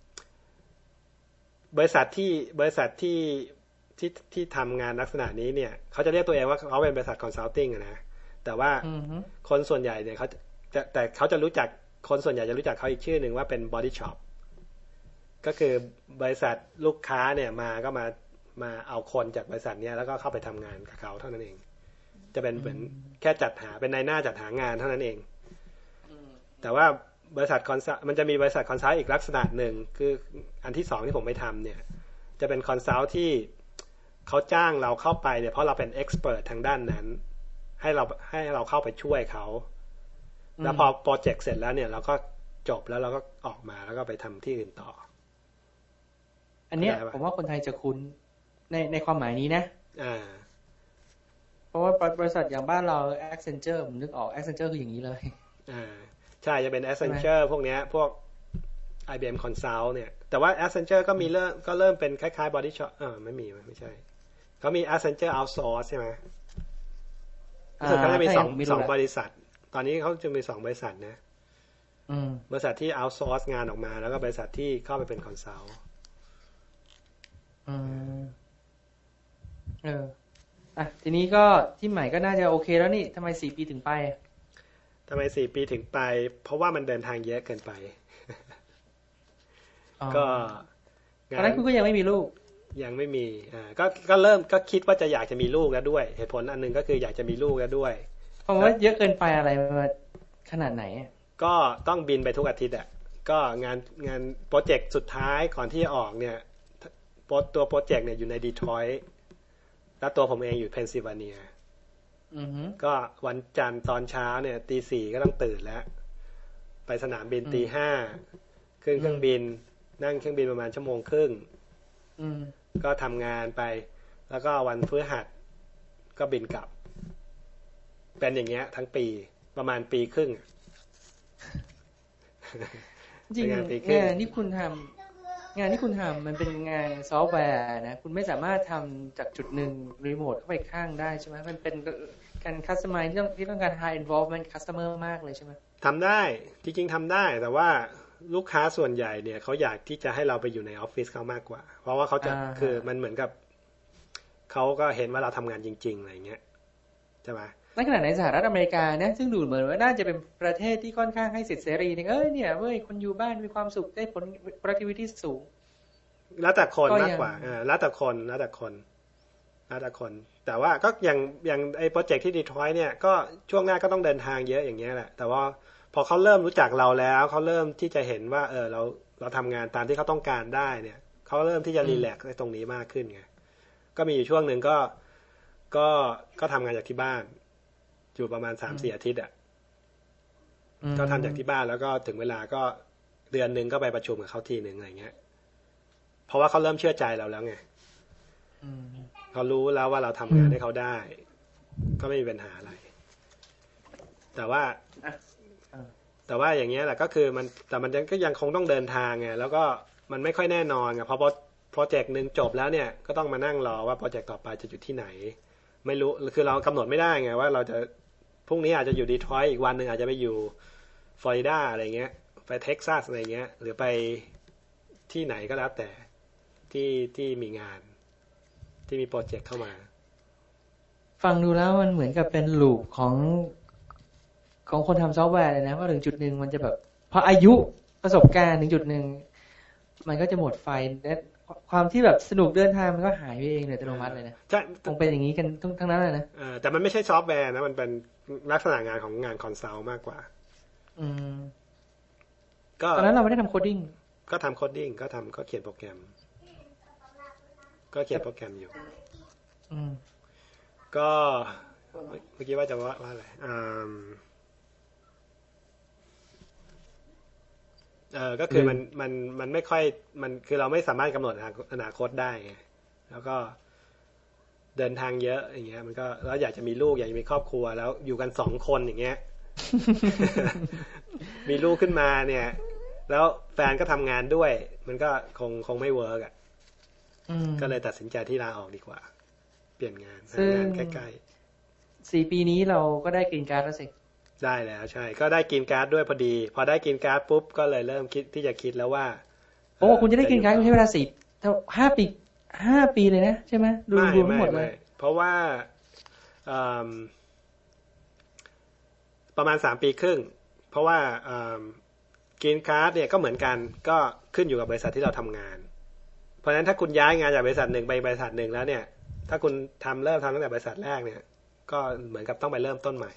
บริษัทที่บริษัทที่ที่ที่ทำงานลักษณะนี้เนี่ยเขาจะเรียกตัวเองว่าเขาเป็นบริษัท consulting นะแต่ว่าคนส่วนใหญ่เนี่ยเขาจะแต่เขาจะรู้จักคนส่วนใหญ่จะรู้จักเขาอีกชื่อหนึ่งว่าเป็น body shop ก็คือบริษัทลูกค้าเนี่ยมาก็มามาเอาคนจากบริษัทนี้แล้วก็เข้าไปทำงานกับเขาเท่านั้นเองจะเป็นเหมือนแค่จัดหาเป็นนายหน้าจัดหางานเท่านั้นเองแต่ว่าบริษัทคอนซัลท์มันจะมีบริษัทคอนซัลท์อีกลักษณะหนึ่งคืออันที่สองที่ผมไปทำเนี่ยจะเป็นคอนซัลท์ที่เขาจ้างเราเข้าไปเนี่ยเพราะเราเป็นเอ็กซ์เพิร์ททางด้านนั้นให้เราให้เราเข้าไปช่วยเขาแล้วพอโปรเจกต์เสร็จแล้วเนี่ยเราก็จบแล้วเราก็ออกมาแล้วก็ไปทำที่อื่นต่ออันเนี้ยผมว่าคนไทยจะคุ้นในในความหมายนี้นะอ่าเพราะว่าบริษัทอย่างบ้านเรา Accenture ผมนึกออก Accenture คืออย่างนี้เลยอ่าใช่จะเป็น Accenture พวกเนี้ยพวก ไอ บี เอ็ม Consult เนี่ยแต่ว่า Accenture ก็มีเริ่มก็เริ่มเป็นคล้ายๆ Body Shop เออไม่มีไม่ใช่เขามี Accenture Outsource ใช่ไหมรู้สึกเขาจะมีสองสองบริษัทตอนนี้เขาจะมีสองบริษัทนะบริษัทที่ Outsource งานออกมาแล้วก็บริษัทที่เข้าไปเป็น Consult อืมเอออ่ะทีนี้ก็ที่ใหม่ก็น่าจะโอเคแล้วนี่ทำไมสี่ปีถึงไปทำไมสี่ปีถึงไปเพราะว่ามันเดินทางเยอะเกินไปก็ตอนนั้นคุณก็ยังไม่มีลูกยังไม่มีอ่าก็ก็เริ่มก็คิดว่าจะอยากจะมีลูกแล้วด้วยเหตุผลอันนึงก็คืออยากจะมีลูกแล้วด้วยเพราะว่าเยอะเกินไปอะไรมาขนาดไหนก็ต้องบินไปทุกอาทิตย์อ่ะก็งานงานโปรเจกต์สุดท้ายก่อนที่จะออกเนี่ยตัวโปรเจกต์เนี่ยอยู่ในดีทรอยต์แล้วตัวผมเองอยู่เพนซิลเวเนียก็วันจันทร์ตอนเช้าเนี่ยตีสี่ก็ต้องตื่นแล้วไปสนามบินตีห้าขึ้นเครื่องบินนั่งเครื่องบินประมาณชั่วโมงครึ่งก็ทำงานไปแล้วก็วันพฤหัสก็บินกลับเป็นอย่างเงี้ยทั้งปีประมาณปีครึ่งจริงงานที่คุณทำงานที่คุณทำมันเป็นงานซอฟต์แวร์นะคุณไม่สามารถทำจากจุดหนึ่งรีโมทเข้าไปข้างได้ใช่ไหมมันเป็นการคัสตอมไมซ์ที่ต้องที่ต้องการ high involvement customer มากเลยใช่ไหมทำได้จริงๆทำได้แต่ว่าลูกค้าส่วนใหญ่เนี่ยเขาอยากที่จะให้เราไปอยู่ในออฟฟิศเขามากกว่าเพราะว่าเขาจะคือมันเหมือนกับเขาก็เห็นว่าเราทำงานจริงๆอะไรเงี้ยใช่ไหมในขณะในสหรัฐอเมริกาเนี่ยซึ่งดูเหมือนว่าน่าจะเป็นประเทศที่ค่อนข้างให้สิทธิเสรีเนี่ยเอ้ยเนี่ยเว้ยคนอยู่บ้านมีความสุขได้ผล productivity สูงแล้วแต่คนมากกว่าอ่าแล้วแต่คนแล้วแต่คนแล้วแต่คนแต่ว่าก็อย่างอย่างไอ้โปรเจกต์ที่ดีทรอยต์เนี่ยก็ช่วงแรกก็ต้องเดินทางเยอะอย่างเงี้ยแหละแต่ว่าพอเขาเริ่มรู้จักเราแล้วเขาเริ่มที่จะเห็นว่าเออเราเราทำงานตามที่เขาต้องการได้เนี่ยเขาเริ่มที่จะรีแลกซ์ในตรงนี้มากขึ้นไงก็มีอยู่ช่วงหนึ่งก็ก็ก็ทำงานจากที่บ้านอยู่ประมาณ สามสี่ อาทิตย์อ่ะก็ทำจากที่บ้านแล้วก็ถึงเวลาก็เดือนนึงก็ไปประชุมกับเขาทีนึงอะไรเงี้ยเพราะว่าเขาเริ่มเชื่อใจเราแล้วไงเขารู้แล้วว่าเราทำงานให้เขาได้ก็ไม่มีปัญหาอะไรแต่ว่าแต่ว่าอย่างเงี้ยแหละก็คือมันแต่มันก็ยังคงต้องเดินทางไงแล้วก็มันไม่ค่อยแน่นอนไงเพราะโปรเจกต์นึงจบแล้วเนี่ยก็ต้องมานั่งรอว่าโปรเจกต์ต่อไปจะอยู่ที่ไหนไม่รู้คือเรากำหนดไม่ได้ไงว่าเราจะพรุ่งนี้อาจจะอยู่ดีทรอยต์อีกวันนึงอาจจะไปอยู่ฟลอริดาอะไรเงี้ยไปเท็กซัสอะไรเงี้ยหรือไปที่ไหนก็แล้วแต่ที่ที่มีงานที่มีโปรเจกต์เข้ามาฟังดูแล้วมันเหมือนกับเป็นลูปของของคนทำซอฟต์แวร์เลยนะว่าถึงจุดหนึ่งมันจะแบบพออายุประสบการณ์ถึงจุดหนึ่งมันก็จะหมดไฟและความที่แบบสนุกเดินทางมันก็หายไปเองโดยอัตโนมัติเลยนะใช่คงเป็นอย่างนี้กันทั้งนั้นเลยนะเออแต่มันไม่ใช่ซอฟต์แวร์นะมันเป็นลักษณะงานของงานคอนซัลท์มากกว่าอืมก็ตอนนั้นเราไม่ได้ทำโคดดิ้งก็ทำโคดดิ้งก็ทำก็เขียนโปรแกรมก็เขียนโปรแกรมอยู่อืมก็เมื่อกี้ว่าจะว่าว่าอะไรอ่าเออก็คือมันมันมันไม่ค่อยมันคือเราไม่สามารถกำหนดอนาคตได้ไงแล้วก็เดินทางเยอะอย่างเงี้ยมันก็แล้วอยากจะมีลูกอยากจะมีครอบครัวแล้วอยู่กันสองคนอย่างเงี้ย มีลูกขึ้นมาเนี่ยแล้วแฟนก็ทำงานด้วยมันก็คงคงไม่เวิร์กอ่ะก็เลยตัดสินใจที่ลาออกดีกว่าเปลี่ยนงานทำงานใกล้ๆสี่ปีนี้เราก็ได้กรีนการ์ดแล้วสิได้แล้วใช่ก็ได้กรีนการ์ดด้วยพอดีพอได้กรีนการ์ดปุ๊บก็เลยเริ่มคิดที่จะคิดแล้วว่าโอ้คุณจะได้กรีนการ์ดคุณใช้เวลาสี่เท่าห้าปีห้าปีเลยนะใช่ไหมรวมทั้งหมดเลยเพราะว่าประมาณสามปีครึ่งเพราะว่ากรีนการ์ดเนี่ยก็เหมือนกันก็ขึ้นอยู่กับบริษัทที่เราทำงานเพราะฉะนั้นถ้าคุณย้ายงานจากบริษัทหนึ่งไปบริษัทหนึ่งแล้วเนี่ยถ้าคุณทำเริ่มทำตั้งแต่บริษัทแรกเนี่ยก็เหมือนกับต้องไปเริ่มต้นใหม่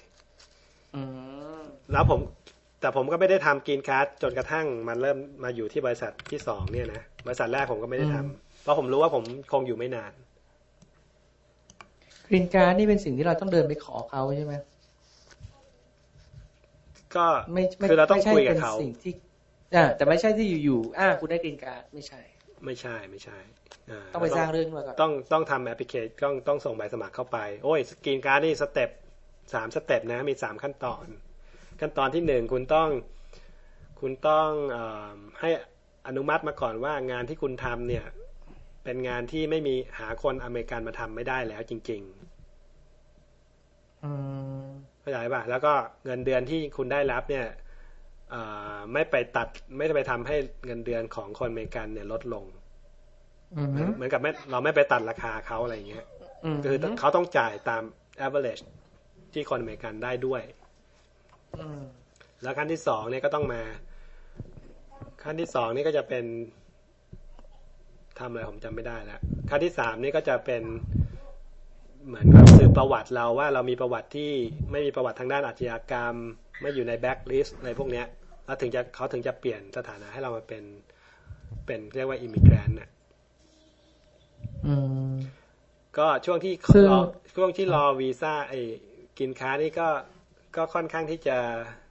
แล้วผมแต่ผมก็ไม่ได้ทำกรีนการ์ดจนกระทั่งมันเริ่มมาอยู่ที่บริษัทที่สองเนี่ยนะบริษัทแรกผมก็ไม่ได้ทำเพราะผมรู้ว่าผมคงอยู่ไม่นานกรีนการ์ดนี่เป็นสิ่งที่เราต้องเดินไปขอเขาใช่ไหมก็คือเราต้องคุยกับเขาสิ่งที่อ่าแต่ไม่ใช่ที่อยู่ๆอ่าคุณได้กรีนการ์ดไม่ใช่ไม่ใช่ไม่ใช่ต้องไปสร้างเรื่องมาก่อนต้องต้องทำแอปพลิเคชันต้องต้องส่งใบสมัครเข้าไปโอ้ยกรีนการ์ดนี่สเต็ปสามสเต็ปนะมีสามขั้นตอนขั้นตอนที่หนึ่งคุณต้องคุณต้องเอ่อให้อนุมัติมาก่อนว่างานที่คุณทำเนี่ยเป็นงานที่ไม่มีหาคนอเมริกันมาทำไม่ได้แล้วจริงๆเข้าใจป่ะแล้วก็เงินเดือนที่คุณได้รับเนี่ยไม่ไปตัดไม่ไปทำให้เงินเดือนของคนอเมริกันเนี่ยลดลงเหมือนกับไม่เราไม่ไปตัดราคาเขาอะไรอย่างเงี้ยคือเขาต้องจ่ายตาม average ที่คนอเมริกันได้ด้วยแล้วขั้นที่สองเนี่ยก็ต้องมาขั้นที่สองนี่ก็จะเป็นทำอะไรผมจำไม่ได้แล้วขั้นที่สามนี่ก็จะเป็นเหมือนกับสืบประวัติเราว่าเรามีประวัติที่ไม่มีประวัติทางด้านอาชญากรรมไม่อยู่ในแบ็คลิสต์อะไรพวกเนี้ยแล้วถึงจะเขาถึงจะเปลี่ยนสถานะให้เรามาเป็นเป็นเรียกว่าอิมิเกรนต์น่ะก็ช่วงที่รอช่วงที่รอวีซ่าไอ้กินค้านี่ก็ก็ค่อนข้างที่จะ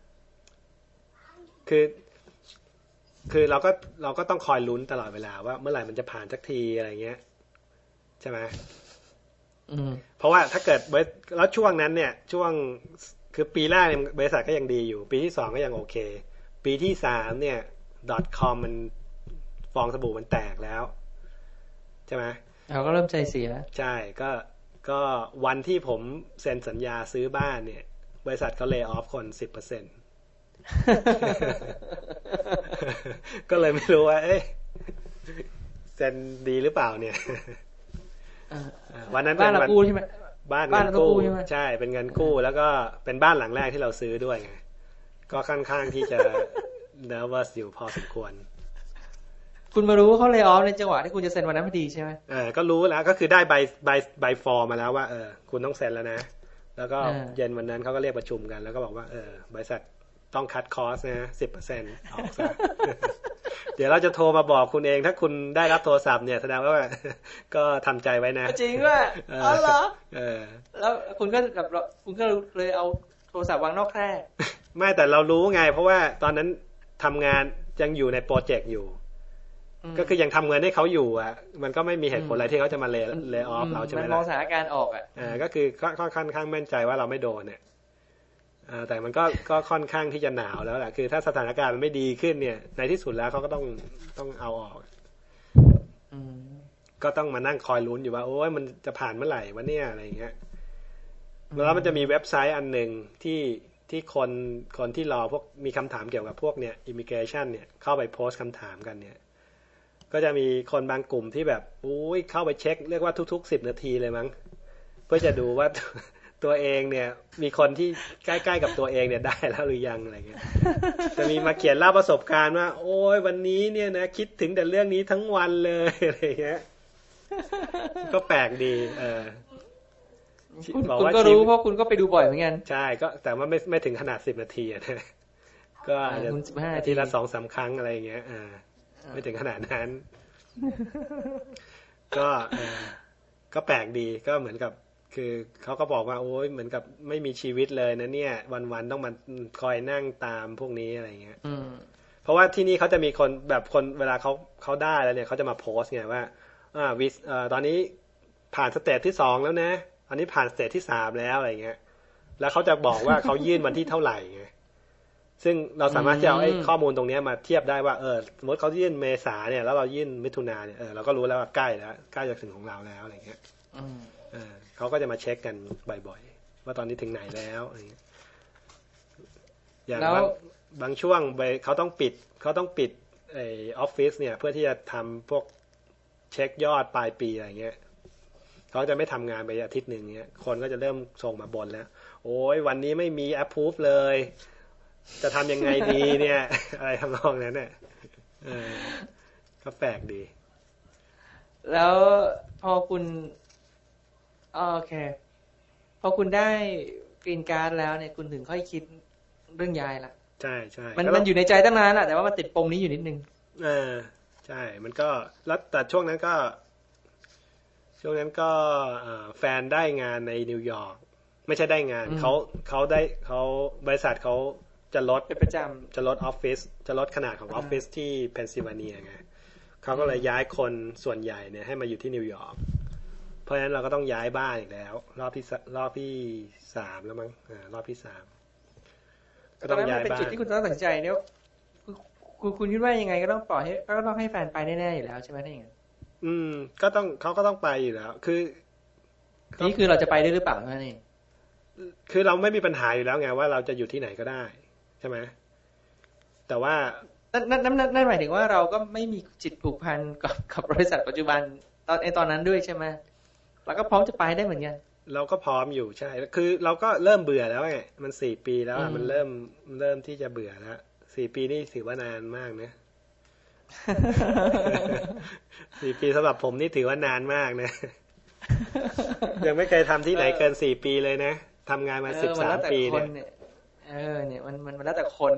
คือคือเราก็เราก็ต้องคอยลุ้นตลอดเวลาว่าเมื่อไหร่มันจะผ่านสักทีอะไรเงี้ยใช่ไหมเพราะว่าถ้าเกิดแล้วช่วงนั้นเนี่ยช่วงคือปีแรกเนี่ยบริษัทก็ยังดีอยู่ปีที่สองก็ยังโอเคปีที่สามเนี่ย .com มันฟองสบู่มันแตกแล้วใช่ไหมเราก็เริ่มใจเสียใช่ก็ก็วันที่ผมเซ็นสัญญาซื้อบ้านเนี่ยบริษัทเขาเลย์ออฟคน สิบเปอร์เซ็นต์ ก็เลยไม่รู้ว่าเอ๊ะเซ็นดีหรือเปล่าเนี่ยวันนั้นบ้านเรากู้ใช่ไหมบ้านเงินกู้ใช่เป็นเงินกู้แล้วก็เป็นบ้านหลังแรกที่เราซื้อด้วยไงก็ค่อนข้างที่จะ nervous อยู่พอสมควรคุณมารู้ว่าเขาเลย์ออฟในจังหวะที่คุณจะเซ็นวันนั้นพอดีใช่ไหมเออก็รู้แล้วก็คือได้ใบใบใบฟอร์มมาแล้วว่าเออคุณต้องเซ็นแล้วนะแล้วก็เย็นวันนั้นเขาก็เรียกประชุมกันแล้วก็บอกว่าเออบริษัทต้องคัดคอสนะ สิบเปอร์เซ็นต์ ออกซะ เดี๋ยวเราจะโทรมาบอกคุณเองถ้าคุณได้รับโทรศัพท์เนี่ยแสดงว่าก็ทำใจไว้นะจริงว่าอ๋อเหรอเออแล้วคุณก็แบบคุณก็เลยเอาโทรศัพท์วางนอกแคร่ไม่แต่เรารู้ไงเพราะว่าตอนนั้นทำงานยังอยู่ในโปรเจกต์อยู่ก็คือยังทำเงินให้เขาอยู่อ่ะมันก็ไม่มีเหตุผลอะไรที่เขาจะมาเลย์เลย์ออฟเราใช่ไหมล่ะมันมองสถานการณ์ออกอ่ะอ่าก็คือค่อนข้างมั่นใจว่าเราไม่โดนเนี่ยอ่าแต่มันก็ก็ค่อนข้างที่จะหนาวแล้วแหละคือถ้าสถานการณ์มันไม่ดีขึ้นเนี่ยในที่สุดแล้วเขาก็ต้องต้องเอาออกก็ต้องมานั่งคอยลุ้นอยู่ว่าโอ้ยมันจะผ่านเมื่อไหร่วะเนี่ยอะไรอย่างเงี้ยแล้วมันจะมีเว็บไซต์อันหนึ่งที่ที่คนคนที่รอพวกมีคำถามเกี่ยวกับพวกเนี่ยอิมิเกรชันเนี่ยเข้าไปโพสต์คำถามกันเนี่ยก็จะมีคนบางกลุ่มที่แบบอุ้ยเข้าไปเช็คเรียกว่าทุกๆสิบนาทีเลยมั้งเพื่อจะดูว่าตัวเองเนี่ยมีคนที่ใกล้ๆกับตัวเองเนี่ยได้แล้วหรือยังอะไรเงี้ยจะมีมาเขียนเล่าประสบการณ์ว่าโอ้ยวันนี้เนี่ยนะคิดถึงแต่เรื่องนี้ทั้งวันเลยอะไรเงี้ยก็แปลกดีเออคุณก็รู้เพราะคุณก็ไปดูบ่อยเหมือนกันใช่ก็แต่ว่าไม่ไม่ถึงขนาดสิบนาทีนะก็อาจจะอาทิตย์ละสองสามครั้งอะไรเงี้ยอ่าไม่ถึงขนาดนั้นก็ก็แปลกดีก็เหมือนกับคือเขาก็บอกว่าโอ้ยเหมือนกับไม่มีชีวิตเลยนะเนี่ยวันๆต้องมาคอยนั่งตามพวกนี้อะไรเงี้ยเพราะว่าที่นี่เขาจะมีคนแบบคนเวลาเขาเขาได้แล้วเนี่ยเขาจะมาโพสไงว่าอ่าวิสเอ่อตอนนี้ผ่านสเตจที่สองแล้วนะอันนี้ผ่านสเตจที่สามแล้วอะไรเงี้ยแล้วเขาจะบอกว่าเขายื่นวันที่เท่าไหร่ไงซึ่งเราสามารถจะเอาไอ้ข้อมูลตรงนี้มาเทียบได้ว่าเออสมมติเขายื่นเมษาเนี่ยแล้วเรายื่นมิถุนาเนี่ยเออเราก็รู้แล้วว่าใกล้แล้วใกล้จะถึงของเราแล้วอะไรเงี้ยเออเขาก็จะมาเช็คกันบ่อยๆว่าตอนนี้ถึงไหนแล้วอะไรเงี้ยอย่างบางบางช่วงไปเขาต้องปิดเขาต้องปิดไอ้ออฟฟิศเนี่ยเพื่อที่จะทำพวกเช็คยอดปลายปีอะไรเงี้ยเขาจะไม่ทำงานไปอาทิตย์หนึ่งเงี้ยคนก็จะเริ่มส่งมาบ่นแล้วโอ้ยวันนี้ไม่มีแอปพูฟเลยจะทำยังไงดีเนี่ยอะไรทำนองนั้นเนี่ยเออก็แปลกดีแล้วพอคุณโอเคพอคุณได้กรีนการ์ดแล้วเนี่ยคุณถึงค่อยคิดเรื่องย้ายละใช่ใช่มันมันอยู่ในใจตั้งนานแหละแต่ว่ามันติดปมนี้อยู่นิดนึงเออใช่มันก็แล้วแต่ช่วงนั้นก็ช่วงนั้นก็แฟนได้งานในนิวยอร์กไม่ใช่ได้งานเขาเขาได้เขาบริษัทเขาจะลดเป็นประจำจะลดออฟฟิศจะลดขนาดของออฟฟิศที่เพนซิลเวเนียไงเขาก็เลยย้ายคนส่วนใหญ่เนี่ยให้มาอยู่ที่นิวยอร์กเพราะฉะนั้นเราก็ต้องย้ายบ้านอีกแล้วรอบที่รอบที่สามแล้วมั้งอ่ารอบที่สามก็ต้องย้ายบ้านเป็นจุดที่คุณต้องตัดสินใจเนี่ยคุณคุณคิดว่ายังไงก็ต้องปล่อยให้ก็ต้องให้แฟนไปแน่ๆอยู่แล้วใช่ไหมถ้าอย่างนั้นอืมก็ต้องเขาก็ต้องไปอยู่แล้วคือนี่คือเราจะไปได้หรือเปล่านั่นเองคือเราไม่มีปัญหาอยู่แล้วไงว่าเราจะอยู่ที่ไหนก็ได้ใช่ไหมแต่ว่านั่นนั่นนั่นหมายถึงว่าเราก็ไม่มีจิตผูกพันกับกับบริษัทปัจจุบันตอนไอตอนนั้นด้วยใช่ไหมเราก็พร้อมจะไปได้เหมือนกันเราก็พร้อมอยู่ใช่คือเราก็เริ่มเบื่อแล้วไงมันสี่ปีแล้วมันเริ่มเริ่มที่จะเบื่อแล้วสี่ปีนี่ถือว่านานมากนะสี่ปีสำหรับผมนี่ถือว่านานมากนะยังไม่เคยทำที่ไหนเกินสี่ปีเลยนะทำงานมาสิบสามปีเนี่ยเออเนี่ยมันมันแล้วแต่คน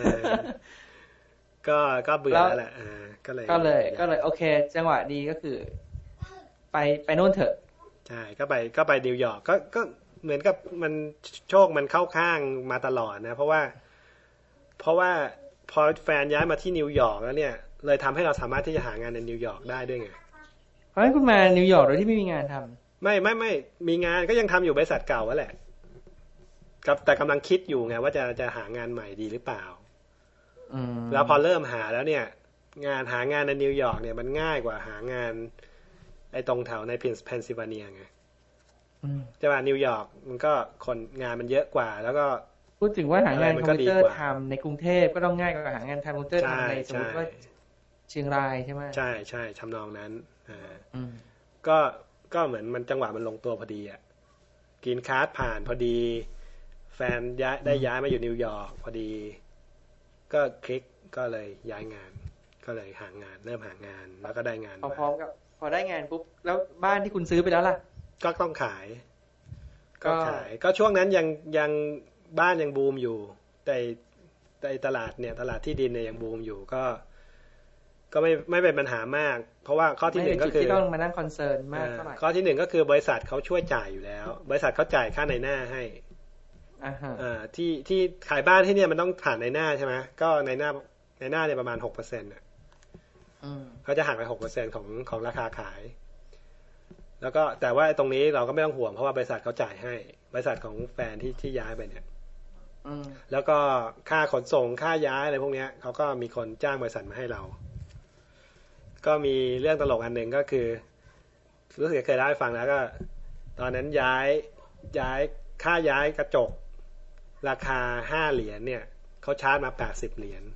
ก็ก็เบื่อแล้วแหละก็เลยก็เลยก็เลยโอเคจังหวะดีก็คือไปไปโน่นเถอะใช่ก็ไปก็ไปนิวยอร์กก็ก็เหมือนกับมันโชคมันเข้าข้างมาตลอดนะเพราะว่าเพราะว่าพอแฟนย้ายมาที่นิวยอร์กแล้วเนี่ยเลยทำให้เราสามารถที่จะหางานในนิวยอร์กได้ด้วยไงเพราะฉะนั้นคุณมานิวยอร์กโดยที่ไม่มีงานทำไม่ไม่ไม่มีงานก็ยังทำอยู่บริษัทเก่าแหละครับแต่กำลังคิดอยู่ไงว่าจะจะหางานใหม่ดีหรือเปล่าแล้วพอเริ่มหาแล้วเนี่ยงานหางานในนิวยอร์กเนี่ยมันง่ายกว่าหางานไอ้ตรงแถวในเพนซิลเวเนียไงใช่ป่ะนิวยอร์กมันก็คนงานมันเยอะกว่าแล้วก็พูดถึงว่าหางานคอมพิวเตอร์ทำในกรุงเทพก็ต้องง่ายกว่าหางานทำคอมพิวเตอร์ทำในสมมติว่าเชียงรายใช่ไหมใช่ใช่ทำนองนั้นอ่าก็ก็เหมือนมันจังหวะมันลงตัวพอดีอ่ะกินคาร์ดผ่านพอดีแฟนย้ายได้ย้ายมาอยู่นิวยอร์กพอดีก็คลิกก็เลยย้ายงานก็เลยหางานเริ่มหางานแล้วก็ได้งานพร้อมกับพอได้งานปุ๊บแล้วบ้านที่คุณซื้อไปแล้วล่ะก็ต้องขายก็ขายก็ช่วงนั้นยังยังบ้านยังบูมอยู่แต่แต่ตลาดเนี่ยตลาดที่ดินเนี่ยยังบูมอยู่ก็ก็ไม่ไม่เป็นปัญหามากเพราะว่าข้อที่หนึ่งก็คือที่ต้องมานั่งคอนเซิร์นมากเท่าไหร่ข้อที่หนึ่งก็คือบริษัทเขาช่วยจ่ายอยู่แล้วบริษัทเขาจ่ายค่าในหน้าให้อ่าที่ที่ขายบ้านที่เนี่ยมันต้องผ่านในหน้าใช่ไหมก็ในหน้าในหน้าเนี่ยประมาณหกเปอร์เซ็นต์อ่ะเขาจะหักไปหกเปอร์เซ็นต์ของของราคาขายแล้วก็แต่ว่าตรงนี้เราก็ไม่ต้องห่วงเพราะว่าบริษัทเขาจ่ายให้บริษัทของแฟนที่ที่ย้ายไปเนี่ยแล้วก็ค่าขนส่งค่าย้ายอะไรพวกนี้เขาก็มีคนจ้างบริษัทมาให้เราก็มีเรื่องตลกอันหนึ่งก็คือรู้สึกเคยเล่าให้ฟังแล้วก็ตอนนั้นย้ายย้ายค่าย้ายกระจกราคาห้าเหรียญเนี่ยเขาชาร์จมาแปดสิบเหรียญ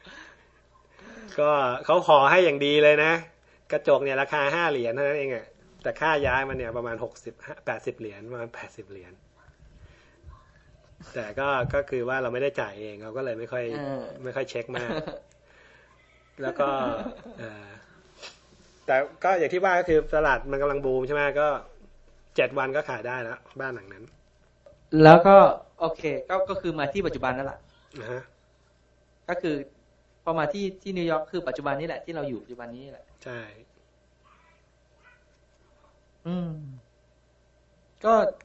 ก็เขาขอให้อย่างดีเลยนะกระจกเนี่ยราคาห้าเหรียญเท่านั้นเองอ่ะแต่ค่าย้ายมันเนี่ยประมาณหกสิบ แปดสิบเหรียญประมาณแปดสิบเหรียญแต่ก็ก็คือว่าเราไม่ได้จ่ายเองเราก็เลยไม่ค่อยไม่ค่อยเช็คมากแล้วก็เออแต่ก็อย่างที่ว่าก็คือตลาดมันกำลังบูมใช่ไหมก็เจ็ดวันก็ขายได้แล้วบ้านหลังนั้นแล้วก็โอเคก็ก็คือมาที่ปัจจุบันนั่นแหละนะฮะก็คือพอมาที่ที่นิวยอร์กคือปัจจุบันนี้แหละที่เราอยู่ปัจจุบันนี้แหละใช่อืมก็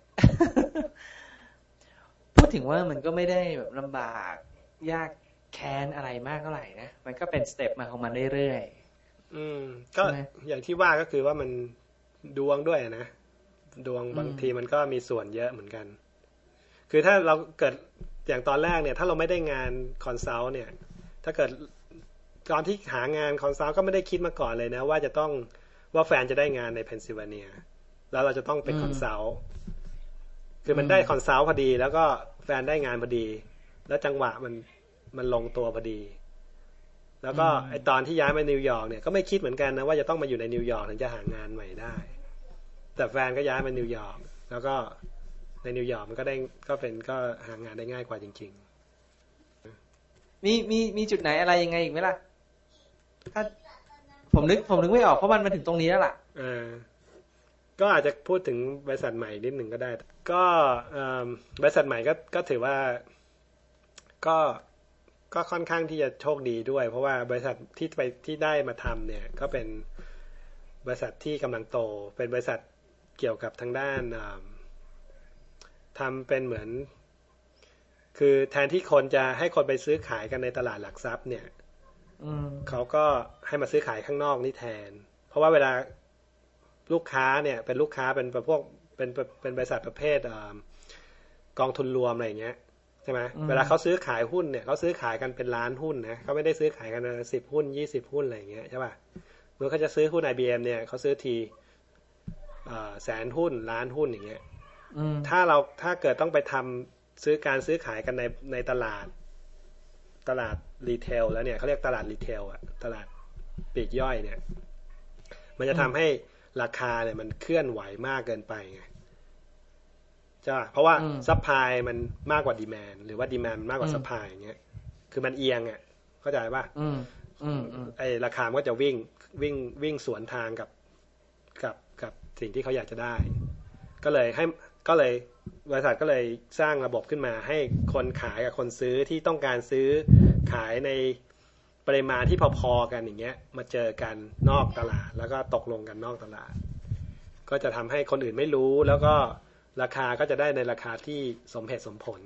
พูดถึงว่ามันก็ไม่ได้แบบลำบากยากแค้นอะไรมากเท่าไหร่นะมันก็เป็นสเต็ปมาของมันเรื่อยๆอืมก็อย่างที่ว่าก็คือว่ามันดวงด้วยนะดวงบางทีมันก็มีส่วนเยอะเหมือนกันคือถ้าเราเกิดอย่างตอนแรกเนี่ยถ้าเราไม่ได้งานคอนซัลท์เนี่ยถ้าเกิดตอนที่หางานคอนซัลท์ก็ไม่ได้คิดมาก่อนเลยนะว่าจะต้องว่าแฟนจะได้งานในเพนซิลเวเนียแล้วเราจะต้องเป็นคอนซัลท์คือมันได้คอนซัลท์พอดีแล้วก็แฟนได้งานพอดีแล้วจังหวะมันมันลงตัวพอดีแล้วก็ไอตอนที่ย้ายมานิวยอร์กเนี่ยก็ไม่คิดเหมือนกันนะว่าจะต้องมาอยู่ในนิวยอร์กถึงจะหางานใหม่ได้แต่แฟนก็ย้ายมานิวยอร์กแล้วก็ในนิวยอร์กมันก็ได้ก็เป็นก็หางานได้ง่ายกว่าจริงๆมีมีมีจุดไหนอะไรยังไงอีกไหมล่ะถ้าผมนึกผมนึกไม่ออกเพราะมันมาถึงตรงนี้แล้วล่ะอ่าก็อาจจะพูดถึงบริษัทใหม่นิดหนึ่งก็ได้ก็บริษัทใหม่ก็ก็ถือว่าก็ก็ค่อนข้างที่จะโชคดีด้วยเพราะว่าบริษัทที่ไปที่ได้มาทำเนี่ยก็เป็นบริษัทที่กำลังโตเป็นบริษัทเกี่ยวกับทางด้านทำเป็นเหมือนคือแทนที่คนจะให้คนไปซื้อขายกันในตลาดหลักทรัพย์เนี่ยเขาก็ให้มาซื้อขายข้างนอกนี่แทนเพราะว่าเวลาลูกค้าเนี่ยเป็นลูกค้าเป็นพวกเป็นเป็นบริษัทประเภทกองทุนรวมอะไรอย่างเงี้ยใช่ไหมเวลาเขาซื้อขายหุ้นเนี่ยเขาซื้อขายกันเป็นล้านหุ้นนะเขาไม่ได้ซื้อขายกันสิบหุ้นยี่สิบหุ้นอะไรอย่างเงี้ยใช่ป่ะเมื่อเขาจะซื้อหุ้น ไอ บี เอ็ม เนี่ยเขาซื้อทีแสนหุ้นล้านหุ้นอย่างเงี้ยถ้าเราถ้าเกิดต้องไปทำซื้อการซื้อขายกันในในตลาดตลาดรีเทลแล้วเนี่ยเขาเรียกตลาดรีเทลอะตลาดปลีกย่อยเนี่ยมันจะทำให้ราคาเนี่ยมันเคลื่อนไหวมากเกินไปไงใช่ป่ะเพราะว่าซัพพลายมันมากกว่าดีแมนหรือว่าดีแมนมากกว่าซัพพลายอย่างเงี้ยคือมันเอียงอ่ะเข้าใจป่ะไอ้ราคามันก็จะวิ่งวิ่งวิ่งสวนทางกับกับกับสิ่งที่เขาอยากจะได้ก็เลยให้ก็เลยบริษัทก็เลยสร้างระบบขึ้นมาให้คนขายกับคนซื้อที่ต้องการซื้อขายในปริมาณที่พอๆกันอย่างเงี้ยมาเจอกันนอกตลาดแล้วก็ตกลงกันนอกตลาดก็จะทำให้คนอื่นไม่รู้แล้วก็ราคาก็จะได้ในราคาที่สมเหตุสมผล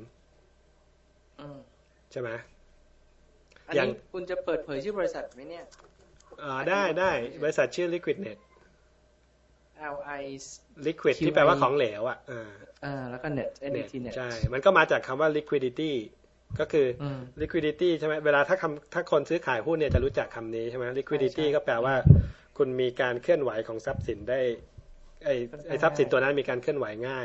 ใช่ไหมอันนี้คุณจะเปิดเผยชื่อบริษัทไหมเนี่ยอ่าได้ได้บริษัทชื่อ Liquidnet L I Liquid ที่แปลว่าของเหลวอ่ะอ่าอ่าแล้วก็ Net N E T Net ใช่มันก็มาจากคำว่า liquidity ก็คือ liquidity ใช่ไหมเวลาถ้าคำถ้าคนซื้อขายหุ้นเนี่ยจะรู้จักคำนี้ใช่ไหม liquidity ก็แปลว่าคุณมีการเคลื่อนไหวของทรัพย์สินได้ไอ้ไอ้ทรัพย์สินตัวนั้นมีการเคลื่อนไหวง่าย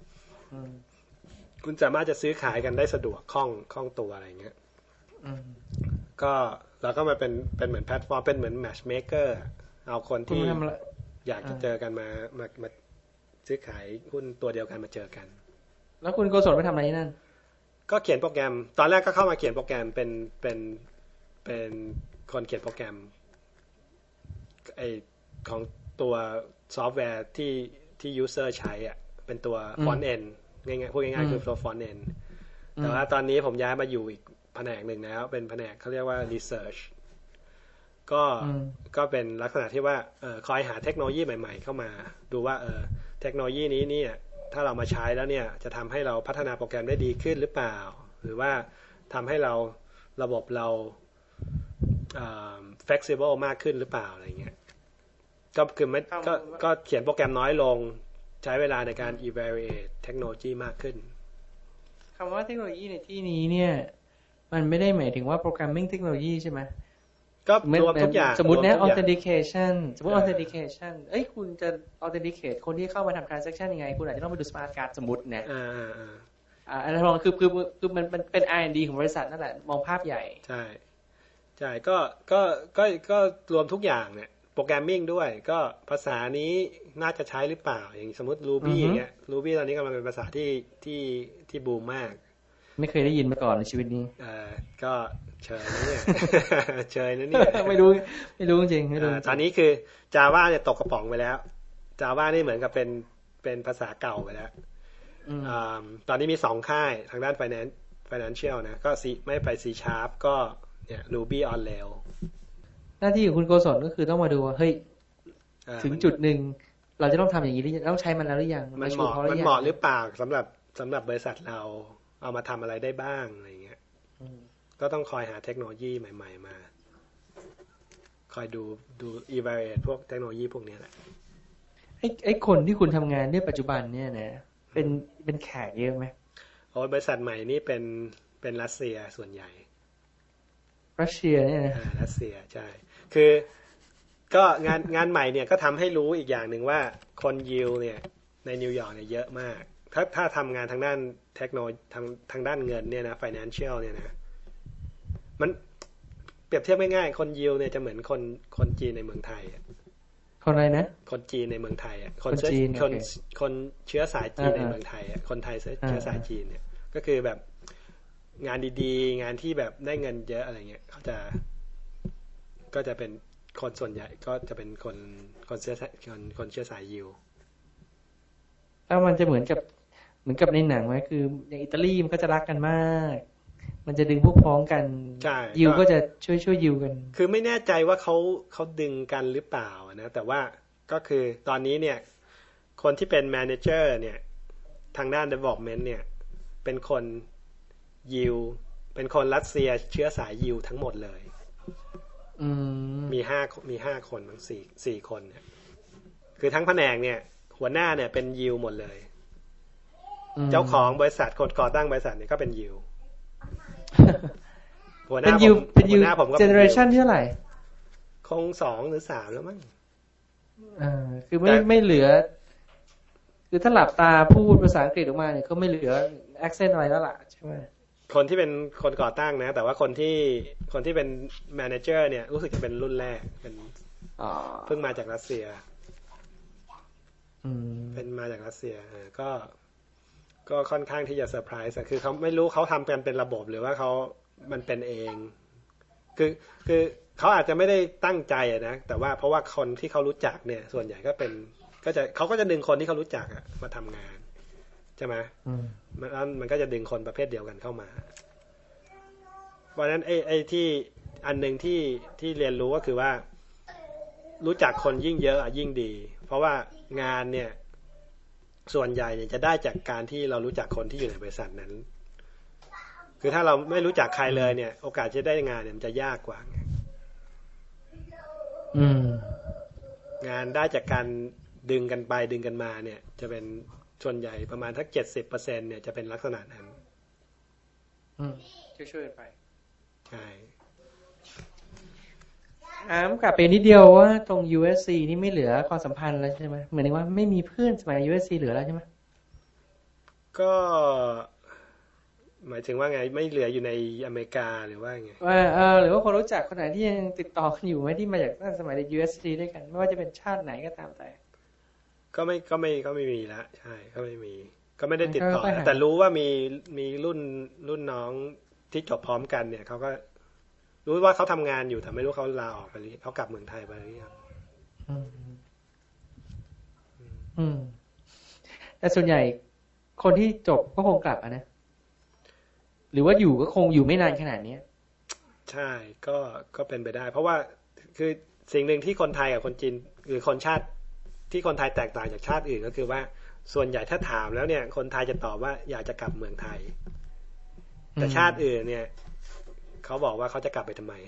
คุณสามารถจะซื้อขายกันได้สะดวกคล่องคล่องตัวอะไรเงี้ยก็เราก็มาเป็นเป็นเหมือนแพลตฟอร์มเป็นเหมือนแมทช์เมคเกอร์เอาคนที่อยากจะเจอกันมามามาซื้อขายหุ้นตัวเดียวกันมาเจอกันแล้วคุณโกศลไปทำอะไรนั่นก็เขียนโปรแกรมตอนแรกก็เข้ามาเขียนโปรแกรมเป็นเป็นเป็นคนเขียนโปรแกรมไอของตัวซอฟต์แวร์ที่ที่ยูเซอร์ใช้อ่ะเป็นตัวฟอนต์เอนง่ายๆพูดง่ายๆคือตัวฟอนต์เอนแต่ว่าตอนนี้ผมย้ายมาอยู่อีกแผนกหนึ่งแล้วเป็นแผนกเขาเรียกว่า research ก็ก็เป็นลักษณะที่ว่าเอ่อคอยหาเทคโนโลยีใหม่ๆเข้ามาดูว่าเออเทคโนโลยีนี้เนี่ยถ้าเรามาใช้แล้วเนี่ยจะทำให้เราพัฒนาโปรแกรมได้ดีขึ้นหรือเปล่าหรือว่าทำให้เราระบบเราเอ่อ flexible มากขึ้นหรือเปล่าอะไรเงี้ยก็คือไม่ก็ก็เขียนโปรแกรมน้อยลงใช้เวลาในการ evaluate เทคโนโลยีมากขึ้นคำว่าเทคโนโลยีในที่นี้เนี่ยมันไม่ได้หมายถึงว่า programming เทคโนโลยีใช่ไหมก็รวมทุกอย่างสมมตินะ authentication สมมติ authentication เอ้ยคุณจะ authenticate คนที่เข้ามาทำ transaction ยังไงคุณอาจจะต้องไปดู smart card สมมตินะอ่าอ่าอ่าอันนั้นคือคือคือมันมันเป็น อาร์ แอนด์ ดี ของบริษัทนั่นแหละมองภาพใหญ่ใช่ใช่ก็ก็ก็ก็รวมทุกอย่างเนี่ยโปรแกรมมิ่งด้วยก็ภาษานี้น่าจะใช้หรือเปล่าอย่างสมมติ Ruby อย่างเงี้ย Ruby ตอนนี้กำลังเป็นภาษาที่ที่ที่บูมมากไม่เคยได้ยินมาก่อนในชีวิตนี้เออก็เชยนะเนี่ยเชยนะเนี่ยไม่รู้ไม่รู้จริงไม่รู้ตอนนี้คือ Java เนี่ยตกกระป๋องไปแล้ว Java นี่เหมือนกับเป็นเป็นภาษาเก่าไปแล้วตอนนี้มีสองค่ายทางด้าน finance financial นะก็ C ไม่ไป C Sharp ก็เนี่ย Ruby on Rails หน้าที่ของคุณโกศลก็คือต้องมาดูว่าเฮ้ยถึงจุดหนึ่งเราจะต้องทำอย่างนี้หรือต้องใช้มันแล้วหรือยังมันเหมาะมันเหมาะหรือเปล่าสำหรับสำหรับบริษัทเราเอามาทำอะไรได้บ้างอะไรเงี้ยก็ต้องคอยหาเทคโนโลยีใหม่ๆมาคอยดูดู evaluate พวกเทคโนโลยีพวกนี้แหละไอ้ไอ้คนที่คุณทำงานเนี่ยปัจจุบันเนี่ยนะเป็นเป็นแขกเยอะไหมโอ้บริษัทใหม่นี่เป็นเป็นรัสเซียส่วนใหญ่รัสเซียเนี่ยนะรัสเซียใช่คือก็งานงานใหม่เนี่ยก็ทำให้รู้อีกอย่างหนึ่งว่าคนยิวเนี่ยในนิวยอร์กเนี่ยเยอะมากถ้าถ้าทำงานทางด้านเทคโนโลยีทางทางด้านเงินเนี่ยนะ financial เนี่ยนะมันเปรียบเทียบง่ายๆคนยิวเนี่ยจะเหมือนคนคนจีนในเมืองไทยคนอะไรนะคนจีนในเมืองไทยอ่ะคนจีนคนคนเชื้อสายจีนในเมืองไทยอ่ะคนไทยเชื้อสายจีนเนี่ยก็คือแบบงานดีๆงานที่แบบได้เงินเยอะอะไรเงี้ยเขาจะก็จะเป็นคนส่วนใหญ่ก็จะเป็นคนคนเชื้อคนคนเชื้อสายยิวแล้วมันจะเหมือนกับเหมือนกับในหนังไหมคืออย่างอิตาลีมันก็จะรักกันมากมันจะดึงพวกพ้องกันยิวก็จะช่วยช่วยยิวกันคือไม่แน่ใจว่าเขาเขาดึงกันหรือเปล่านะแต่ว่าก็คือตอนนี้เนี่ยคนที่เป็นแมเนเจอร์เนี่ยทางด้าน development เนี่ยเป็นคนยิวเป็นคนรัสเซียเชื้อสายยิวทั้งหมดเลยมีห้ามีห้าคนทั้งสี่สี่คนเนี่ยคือทั้งแผนกเนี่ยหัวหน้าเนี่ยเป็นยิวหมดเลยเจ้าของบริษัทคนก่อตั้งบริษัทเนี่ยก็เป็นยิวหัวหน้าผมเป็นยิวเจเนอเรชันที่เท่าไหร่คงสองหรือสามแล้วมั้งอ่าคือไม่ไม่เหลือคือถ้าหลับตาพูดภาษาอังกฤษออกมาเนี่ยก็ไม่เหลือแอคเซนต์อะไรแล้วล่ะใช่ไหมคนที่เป็นคนก่อตั้งนะแต่ว่าคนที่คนที่เป็นแมเนเจอร์เนี่ยรู้สึกจะเป็นรุ่นแรกเป็นเพิ่งมาจากรัสเซียเป็นมาจากรัสเซียก็ก็ค่อนข้างที่จะเซอร์ไพรส์คือเขาไม่รู้เขาทำกันเป็นระบบหรือว่าเขามันเป็นเองคือคือเขาอาจจะไม่ได้ตั้งใจนะแต่ว่าเพราะว่าคนที่เขารู้จักเนี่ยส่วนใหญ่ก็เป็นก็จะเขาก็จะดึงคนที่เขารู้จักอะมาทำงานใช่ไหมมันมันก็จะดึงคนประเภทเดียวกันเข้ามาเพราะฉะนั้นไอ้ไอ้ที่อันนึงที่ที่เรียนรู้ก็คือว่ารู้จักคนยิ่งเยอะอะยิ่งดีเพราะว่างานเนี่ยส่วนใหญ่เนี่ยจะได้จากการที่เรารู้จักคนที่อยู่ในบริษัทนั้นคือถ้าเราไม่รู้จักใครเลยเนี่ยโอกาสจะได้งานเนี่ยมันจะยากกว่าไงงานได้จากการดึงกันไปดึงกันมาเนี่ยจะเป็นส่วนใหญ่ประมาณทักเจ็ดสิบเปอร์เซ็นต์เนี่ยจะเป็นลักษณะนั้นช่วยๆไปใช่ถามกลับไปนิดเดียวว่าตรง ยู เอส ซี นี่ไม่เหลือความสัมพันธ์แล้วใช่ไหมเหมือนว่าไม่มีเพื่อนสมัย ยู เอส ซี เหลือแล้วใช่ไหมก็หมายถึงว่าไงไม่เหลืออยู่ในอเมริกาหรือว่าไงว่าเออหรือว่าคนรู้จักคนไหนที่ยังติดต่อกันอยู่ไหมที่มาจากตั้งสมัยใน ยู เอส ซี ด้วยกันไม่ว่าจะเป็นชาติไหนก็ตามแต่ก็ไม่ก็ไม่ก็ไม่มีละใช่ก็ไม่มีก็ไม่ได้ติดต่อแต่รู้ว่ามีมีรุ่นรุ่นน้องที่จบพร้อมกันเนี่ยเขาก็รู้ว่าเขาทำงานอยู่แต่ไม่รู้เขาลาออกไปหรือเขากลับเมืองไทยไปหรือยังอืมแต่ส่วนใหญ่คนที่จบก็คงกลับอ่ะนะหรือว่าอยู่ก็คงอยู่ไม่นานขนาดนี้ใช่ก็ก็เป็นไปได้เพราะว่าคือสิ่งหนึ่งที่คนไทยกับคนจีนหรือคนชาติที่คนไทยแตกต่างจากชาติอื่นก็คือว่าส่วนใหญ่ถ้าถามแล้วเนี่ยคนไทยจะตอบว่าอยากจะกลับเมืองไทยแต่ชาติอื่นเนี่ยเขาบอกว่าเขาจะกลับไปทำไม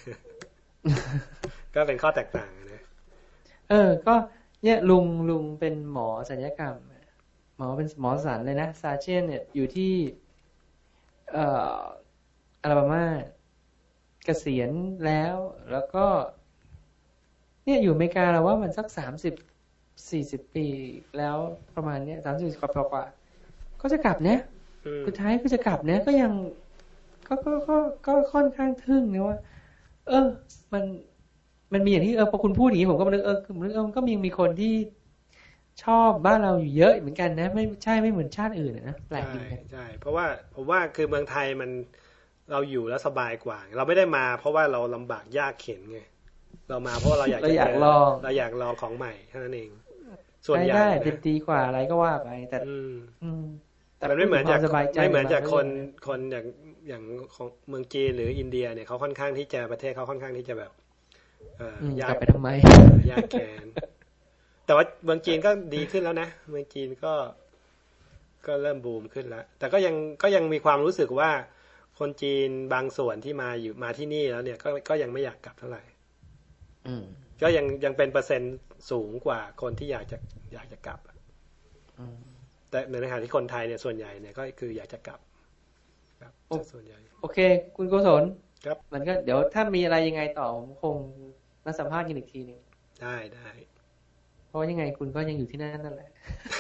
ก็เป็นข้อแตกต่างนะเออก็เนี่ยลุงลุงเป็นหมอศัลยกรรมหมอเป็นหมอสันเลยนะซาเชียนเนี่ยอยู่ที่เอ่ออลาบามาเกษียณแล้วแล้วก็เนี่ยอยู่อเมริกาแล้วว่ามันสักสามสิบสี่สิบปีแล้วประมาณเนี้ยสามสิบกว่ากว่าก็จะกลับเนี่ยสุดท้ายก็จะกลับเนี่ยก็ยังก็ก็ก็ก็ค่อนข้างทึ่งนะว่าเออมันมันมีอย่างที่เออพอคุณพูดอย่างนี้ผมก็นึกเออผมนึกเออก็มีมีคนที่ชอบบ้านเราอยู่เยอะเหมือนกันนะไม่ใช่ไม่เหมือนชาติอื่นนะแปลกใช่ดีนะใช่เพราะว่าผมว่าคือเมืองไทยมันเราอยู่แล้วสบายกว่า เราไม่ได้มาเพราะว่าเราลำบากยากเข็ญไงเรามาเพราะเราอยากเราจะอยากลองเราอยากลองของใหม่เท่านั้นเองส่วนใหญ่ได้นะเป็นดีกว่าอะไรก็ว่าไปแต่อืมอืมแต่มันไม่เหมือนจากสบายใจไม่เหมือนจากคนเรื่องคนอย่างอย่างของเมืองจีนหรืออินเดียเนี่ยเขาค่อนข้างที่จะประเทศเขาค่อนข้างที่จะแบบเอ่ออืมยากลับไปทำไมยากแค้นแต่ว่าเมืองจีนก็ดีขึ้นแล้วนะเมืองจีนก็ก็เริ่มบูมขึ้นแล้วแต่ก็ยังก็ยังมีความรู้สึกว่าคนจีนบางส่วนที่มาอยู่มาที่นี่แล้วเนี่ยก็ก็ยังไม่อยากกลับเท่าไหร่อืมก็ยังยังเป็นเปอร์เซ็นต์สูงกว่าคนที่อยากจะอยากจะกลับอะอืมแต่ในขณะที่คนไทยเนี่ยส่วนใหญ่เนี่ยก็คืออยากจะกลับครับโอ้ส่วนใหญ่โอเค คุณโกศลครับมันก็เดี๋ยวถ้ามีอะไรยังไงต่อผมคงมาสัมภาษณ์กันอีกทีหนึงได้ได้เพราะยังไงคุณก็ยังอยู่ที่นั่นนั่นแหละ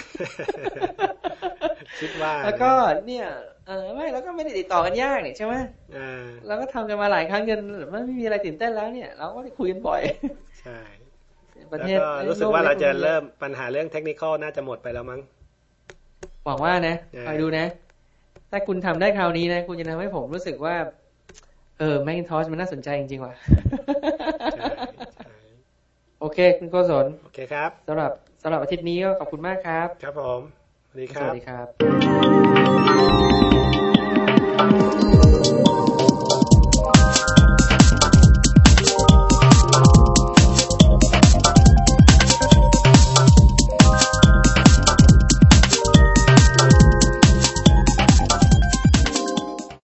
คิดว่าแล้วก็เนี่ยเออไม่แล้วก็ไม่ได้ติดต่อกันยากนี่ใช่ไหมอ่าเราก็ทำกันมาหลายครั้งจนมันไม่มีอะไรตื่นเต้นแล้วเนี่ยเราก็ได้คุยกันบ่อยใช่ประแล้วเทศก็รู้สึกว่าเราจะเริ่มปัญหาเรื่องเทคนิคอลน่าจะหมดไปแล้วมั้งหวังว่านะเออคอยดูนะ ถ้าคุณทำได้คราวนี้นะคุณจะทำให้ผมรู้สึกว่า เออ Macintosh มันน่าสนใจจริงๆว่ะใช่ใช่โอเค คุณโกศลโอเคครับสำหรับสำหรับอาทิตย์นี้ก็ขอบคุณมากครับครับผมสวัสดีคสรับวัสดีครับ